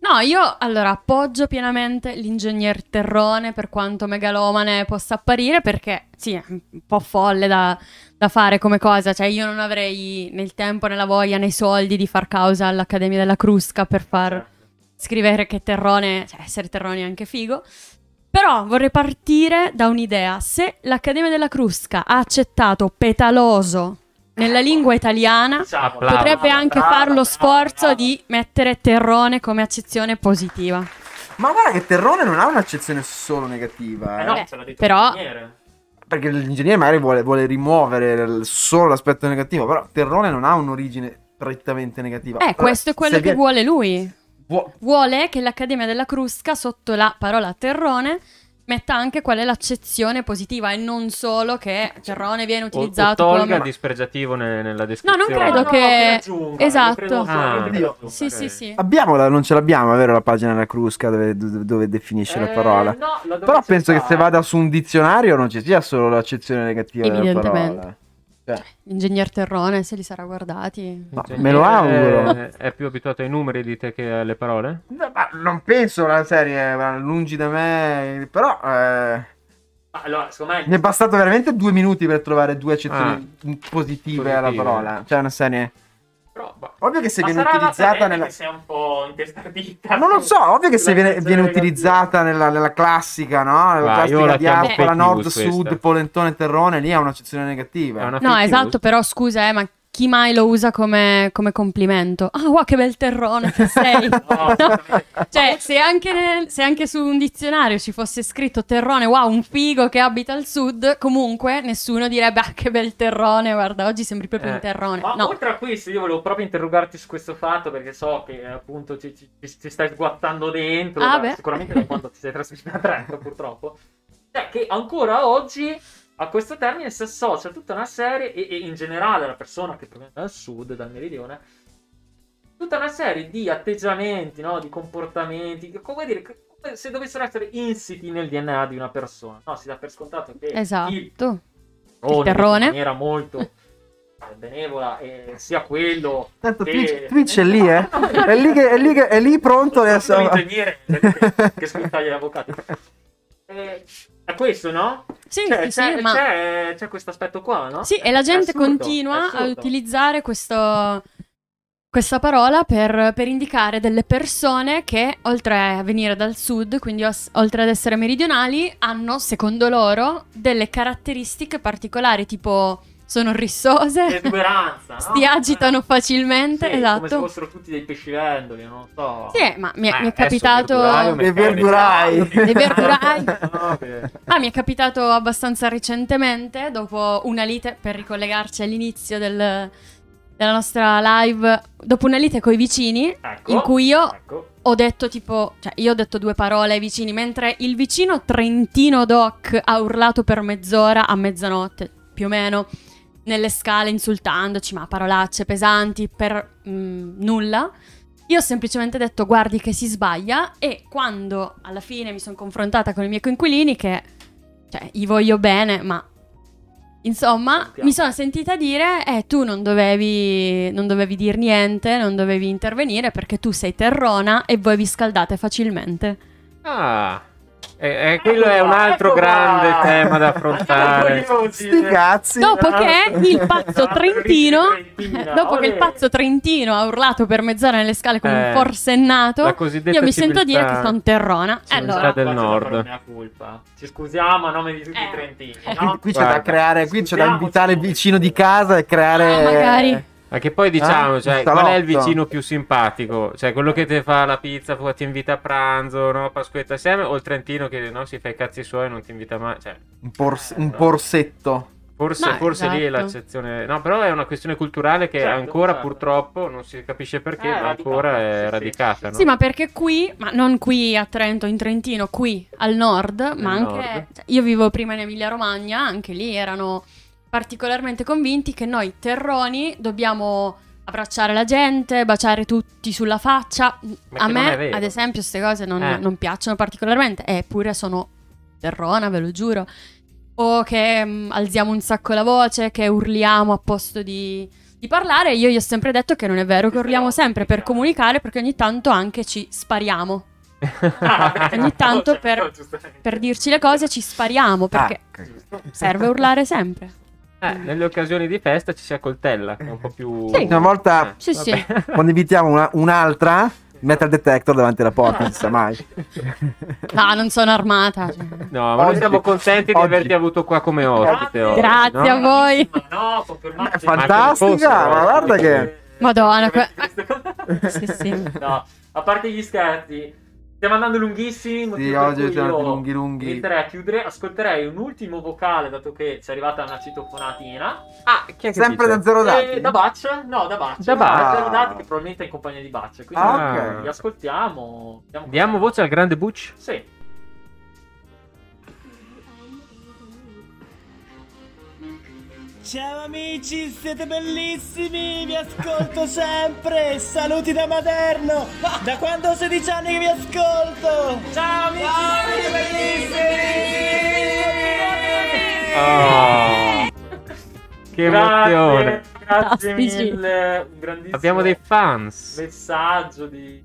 No, io allora appoggio pienamente l'ingegner Terrone, per quanto megalomane possa apparire, perché sì, è un po' folle da, da fare come cosa. Cioè, io non avrei né il tempo, né la voglia, né i soldi di far causa all'Accademia della Crusca per far scrivere che Terrone, cioè essere Terrone è anche figo. Però vorrei partire da un'idea. Se l'Accademia della Crusca ha accettato Petaloso nella lingua italiana, Diciamo, potrebbe brava, anche brava, fare lo brava, sforzo brava. di mettere Terrone come accezione positiva. Ma guarda che Terrone non ha un'accezione solo negativa. Eh eh. no, Eh, ce l'ha detto però- l'ingegnere. Perché l'ingegnere magari vuole, vuole rimuovere l- solo l'aspetto negativo, però Terrone non ha un'origine prettamente negativa. Eh, questo è quello Se che viene- vuole lui. vuo- Vuole che l'Accademia della Crusca, sotto la parola Terrone, metta anche qual è l'accezione positiva e non solo che Terrone viene O, o utilizzato tolga come... il dispregiativo ne- nella No, descrizione. non credo No, no, che... aggiunga, Esatto. io credo solamente che Ah, lo aggiunga. Sì, ok. sì, sì. Abbiamola, non ce l'abbiamo, vero, la pagina della Crusca dove, dove- dove definisce la Eh, parola. no, la dovrei Però penso che se cercare. vada su un dizionario non ci sia solo l'accezione negativa della Evidentemente. parola. Cioè, L'ingegner Terrone se li sarà guardati. ma L'ingegnere me lo auguro. È, è più abituato ai numeri di te che alle parole? No, ma non penso la serie, ma lungi da me, però eh, Ma allora, secondo me mi è bastato veramente due minuti per trovare due accezioni positive Positive. alla parola. Cioè, una serie. però, boh. Ovvio che se Ma viene sarà la utilizzata Serena nella. che sei un po' intestardita. Non lo so, ovvio che se sulla viene, canzone viene negativa. utilizzata nella, nella classica, no? Nella Va, io classica la chiamo diaspora fake news nord-sud, questa. polentone, terrone, lì ha un'accezione negativa. È una No, fake esatto, news? però scusa, eh, ma chi mai lo usa come, come complimento? Ah, wow, che bel terrone che sei! No, assolutamente. Cioè, se anche, nel- se anche su un dizionario ci fosse scritto terrone, wow, un figo che abita al sud, comunque nessuno direbbe, ah, che bel terrone, guarda, oggi sembri proprio Eh. un terrone. Ma No, oltre a questo, io volevo proprio interrogarti su questo fatto perché so che appunto ci, ci- ci- ci stai sguattando dentro, Ah, da- beh. sicuramente da quando ti sei trasferito a Trento, purtroppo. Cioè, che ancora oggi a questo termine si associa tutta una serie, e, e in generale la persona che proviene dal sud, dal meridione, tutta una serie di atteggiamenti, no? Di comportamenti, che, come dire, che- come se dovessero essere insiti nel D N A di una persona. No, si dà per scontato che il esatto. terrone, terrone. in maniera molto eh, benevola, e sia quello Tanto che- Twitch, Twitch è lì, eh. È lì, che, è lì, che, è lì pronto adesso. l'ingegnere che, che sfruttaglia gli avvocati. Eh, è questo, no? Sì, Cioè, sì, c'è, sì, ma... c'è, c'è questo aspetto qua, no? Sì, e la È gente assurdo, continua è a assurdo. utilizzare questo, questa parola per, per indicare delle persone che, oltre a venire dal sud, quindi os- oltre ad essere meridionali, hanno, secondo loro, delle caratteristiche particolari, tipo sono rissose, Esuberanza, no? si agitano facilmente, Sì, come se esatto. fossero tutti dei pescivendoli, non lo so. Sì, eh, ma mi è, Ma mi è adesso capitato... verduraio, Dei meccanico. verdurai. Dei verdurai. No, che- Ah, mi è capitato abbastanza recentemente, dopo una lite, per ricollegarci all'inizio del- della nostra live, dopo una lite coi vicini, Ecco, in cui io ecco. ho detto tipo, cioè io ho detto due parole ai vicini, mentre il vicino Trentino Doc ha urlato per mezz'ora a mezzanotte, più o meno, nelle scale insultandoci, ma parolacce pesanti per mm, nulla. Io ho semplicemente detto guardi che si sbaglia, e quando alla fine mi sono confrontata con i miei coinquilini che, cioè, gli voglio bene, ma insomma, Sentiamo. mi sono sentita dire eh tu non dovevi non dovevi dir niente, non dovevi intervenire perché tu sei terrona e voi vi scaldate facilmente. Ah, e, e quello è un Ecco qua, altro ecco grande qua. tema da affrontare. Andiamo curiosi. Sti cazzi. Dopo che il pazzo trentino Trentina, dopo che il olè. pazzo trentino ha urlato per mezz'ora nelle scale come Eh, un forsennato, la cosiddetta io mi sento dire civiltà- che sono terrona. E civiltà allora del Qua c'è da nord. fare mea colpa. Ci scusiamo a nome di tutti Eh. i trentini, Eh. no? Qui c'è Guarda. da creare, qui c'è da Scusiamoci. invitare il vicino di casa e creare. Ah, magari. Ma che poi diciamo, Eh? cioè, Un qual è il salotto. vicino più simpatico? Cioè, quello che ti fa la pizza, poi ti invita a pranzo, no? Pasquetta assieme, o il trentino che no, si fa i cazzi suoi e non ti invita mai? Cioè, Un, pors- un porsetto. forse, Ma forse lì è esatto. l'accezione. No, però è una questione culturale che Certo, ancora certo. purtroppo non si capisce perché, Eh, ma radicata, ancora è sì, sì. radicata, no? Sì, ma perché qui, ma non qui a Trento, in Trentino, qui al nord, ma anche nord. cioè, io vivo prima in Emilia Romagna, anche lì erano particolarmente convinti che noi terroni dobbiamo abbracciare la gente, baciare tutti sulla faccia. Ma A che non è me, vero. ad esempio, queste cose non, Eh. non piacciono particolarmente, eppure sono terrona, ve lo giuro. O che mm, alziamo un sacco la voce, che urliamo a posto di, di parlare. Io gli ho sempre detto che non è vero, che urliamo sempre per comunicare, perché ogni tanto anche ci spariamo. Ogni tanto per, per dirci le cose ci spariamo, perché Ah, serve urlare sempre. Eh, nelle occasioni di festa ci si accoltella, che è un po' più... Sì. una volta Sì, sì. quando invitiamo una- un'altra metal detector davanti alla porta, non si sa mai. No, non sono armata. cioè. No, ma noi Oggi- siamo contenti di oggi- averti avuto qua come ospite oggi, Grazie no? a voi. Ma no, confermate. È fantastica, ma guarda che... Madonna, que- Sì, sì. No, a parte gli scherzi, stiamo andando lunghissimi. motivo per oggi cui siamo io andati lunghi, lunghi. Inizierei a chiudere. Ascolterei un ultimo vocale, dato che ci è arrivata una citofonatina. Ah, chi è che Sempre dice? da zero Eh, dati? da Baccia? No, da Baccia. Da Baccia. Zero dati, che probabilmente è in compagnia di Baccia. Quindi Ah, ok. li ascoltiamo. Diamo, Diamo voce al grande Butch? Sì. Ciao amici, siete bellissimi, vi ascolto sempre, saluti da Maderno, da quando ho sedici anni che vi ascolto. Ciao amici, bellissimi. Oh, che emozione. Grazie, grazie Fantastici. mille. Un grandissimo Abbiamo dei fans. messaggio di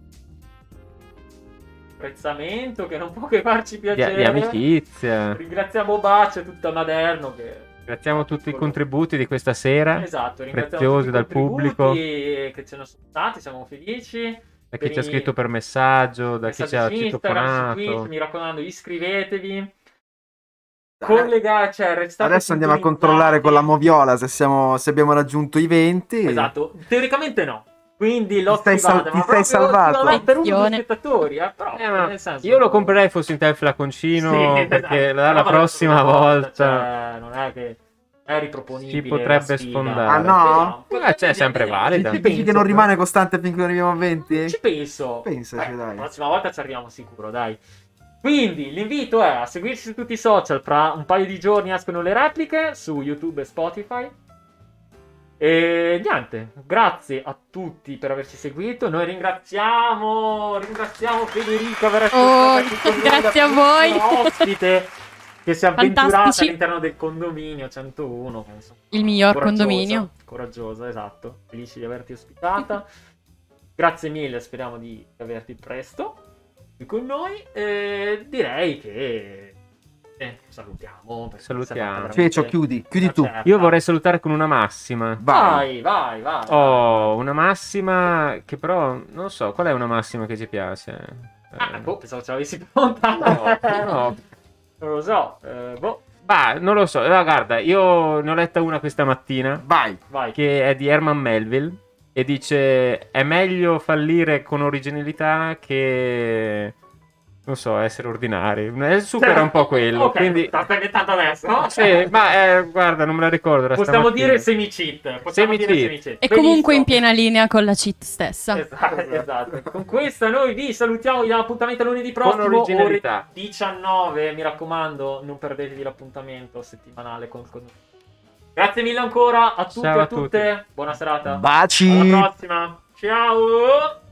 apprezzamento che non può che farci Di, piacere. di amicizia. Ringraziamo Baccia e tutta Maderno che... Ringraziamo tutti i contributi di questa sera. Esatto, ringraziamo preziosi tutti i dal pubblico. contributi che ce ne sono stati, siamo felici. Da chi Per ci ha i- scritto per messaggio, da chi ci ha messaggi su Instagram, su Twitch, citofonato. mi raccomando, iscrivetevi. Collega, cioè, restate Adesso andiamo a sintonizzati. controllare con la moviola se, siamo, se abbiamo raggiunto i venti. Esatto, teoricamente no. Quindi l'ho Ti stai sal- attivata, ti ma stai proprio salvato. attivata per uno dei Attenzione. spettatori, eh, però, Eh, ma nel senso- io lo comprerei fossi in te il flaconcino, Sì, perché esatto. la, Però la per prossima una volta cioè, non è che è riproponibile. si potrebbe la sfida. sfondare. Ah, no? Eh, cioè, è sempre valida. Ci pensi che non rimane costante finché non arriviamo a venti? Ci penso. Pensaci, Eh, dai. La prossima volta ci arriviamo sicuro, dai. Quindi l'invito è a seguirci su tutti i social. Fra un paio di giorni escono le repliche su YouTube e Spotify. E niente, grazie a tutti per averci seguito. Noi ringraziamo, ringraziamo Federica per essere Oh, stata qui con noi grazie da a voi. prima ospite che si è avventurata Fantastici. all'interno del condominio centouno. che, insomma, Il miglior coraggiosa, condominio. Coraggiosa, esatto. Felici di averti ospitata. Grazie mille, speriamo di averti presto qui con noi. E direi che eh, salutiamo. perché Salutiamo. si è fatta veramente Cecio, chiudi, chiudi tu. una certa. Io vorrei salutare con una massima. Vai. Vai, vai, vai. Oh, una massima che però non so, qual è una massima che ci piace? Ah, Eh, boh, pensavo ce l'avessi pronta. no, no. Non lo so. Eh, boh, Bah, non lo so. Ah, guarda, io ne ho letta una questa mattina Vai. vai. che è di Herman Melville e dice: è meglio fallire con originalità che, non so, essere ordinari. Eh, Supera un po' quello. Ok, Quindi, sta inventando adesso, no? sì, ma eh, guarda, non me la ricordo. era Possiamo stamattina. dire semi-cheat. Possiamo dire Semi-cheat. semi-cheat. E comunque in Benissimo. piena linea con la cheat stessa. Esatto, esatto. Con questa noi vi salutiamo, vi diamo appuntamento a lunedì Con prossimo originalità. ore diciannove, mi raccomando, non perdetevi l'appuntamento settimanale con con Grazie mille ancora a tutti e Ciao a a tutti. tutte. Buona serata. Baci. Alla prossima. Ciao.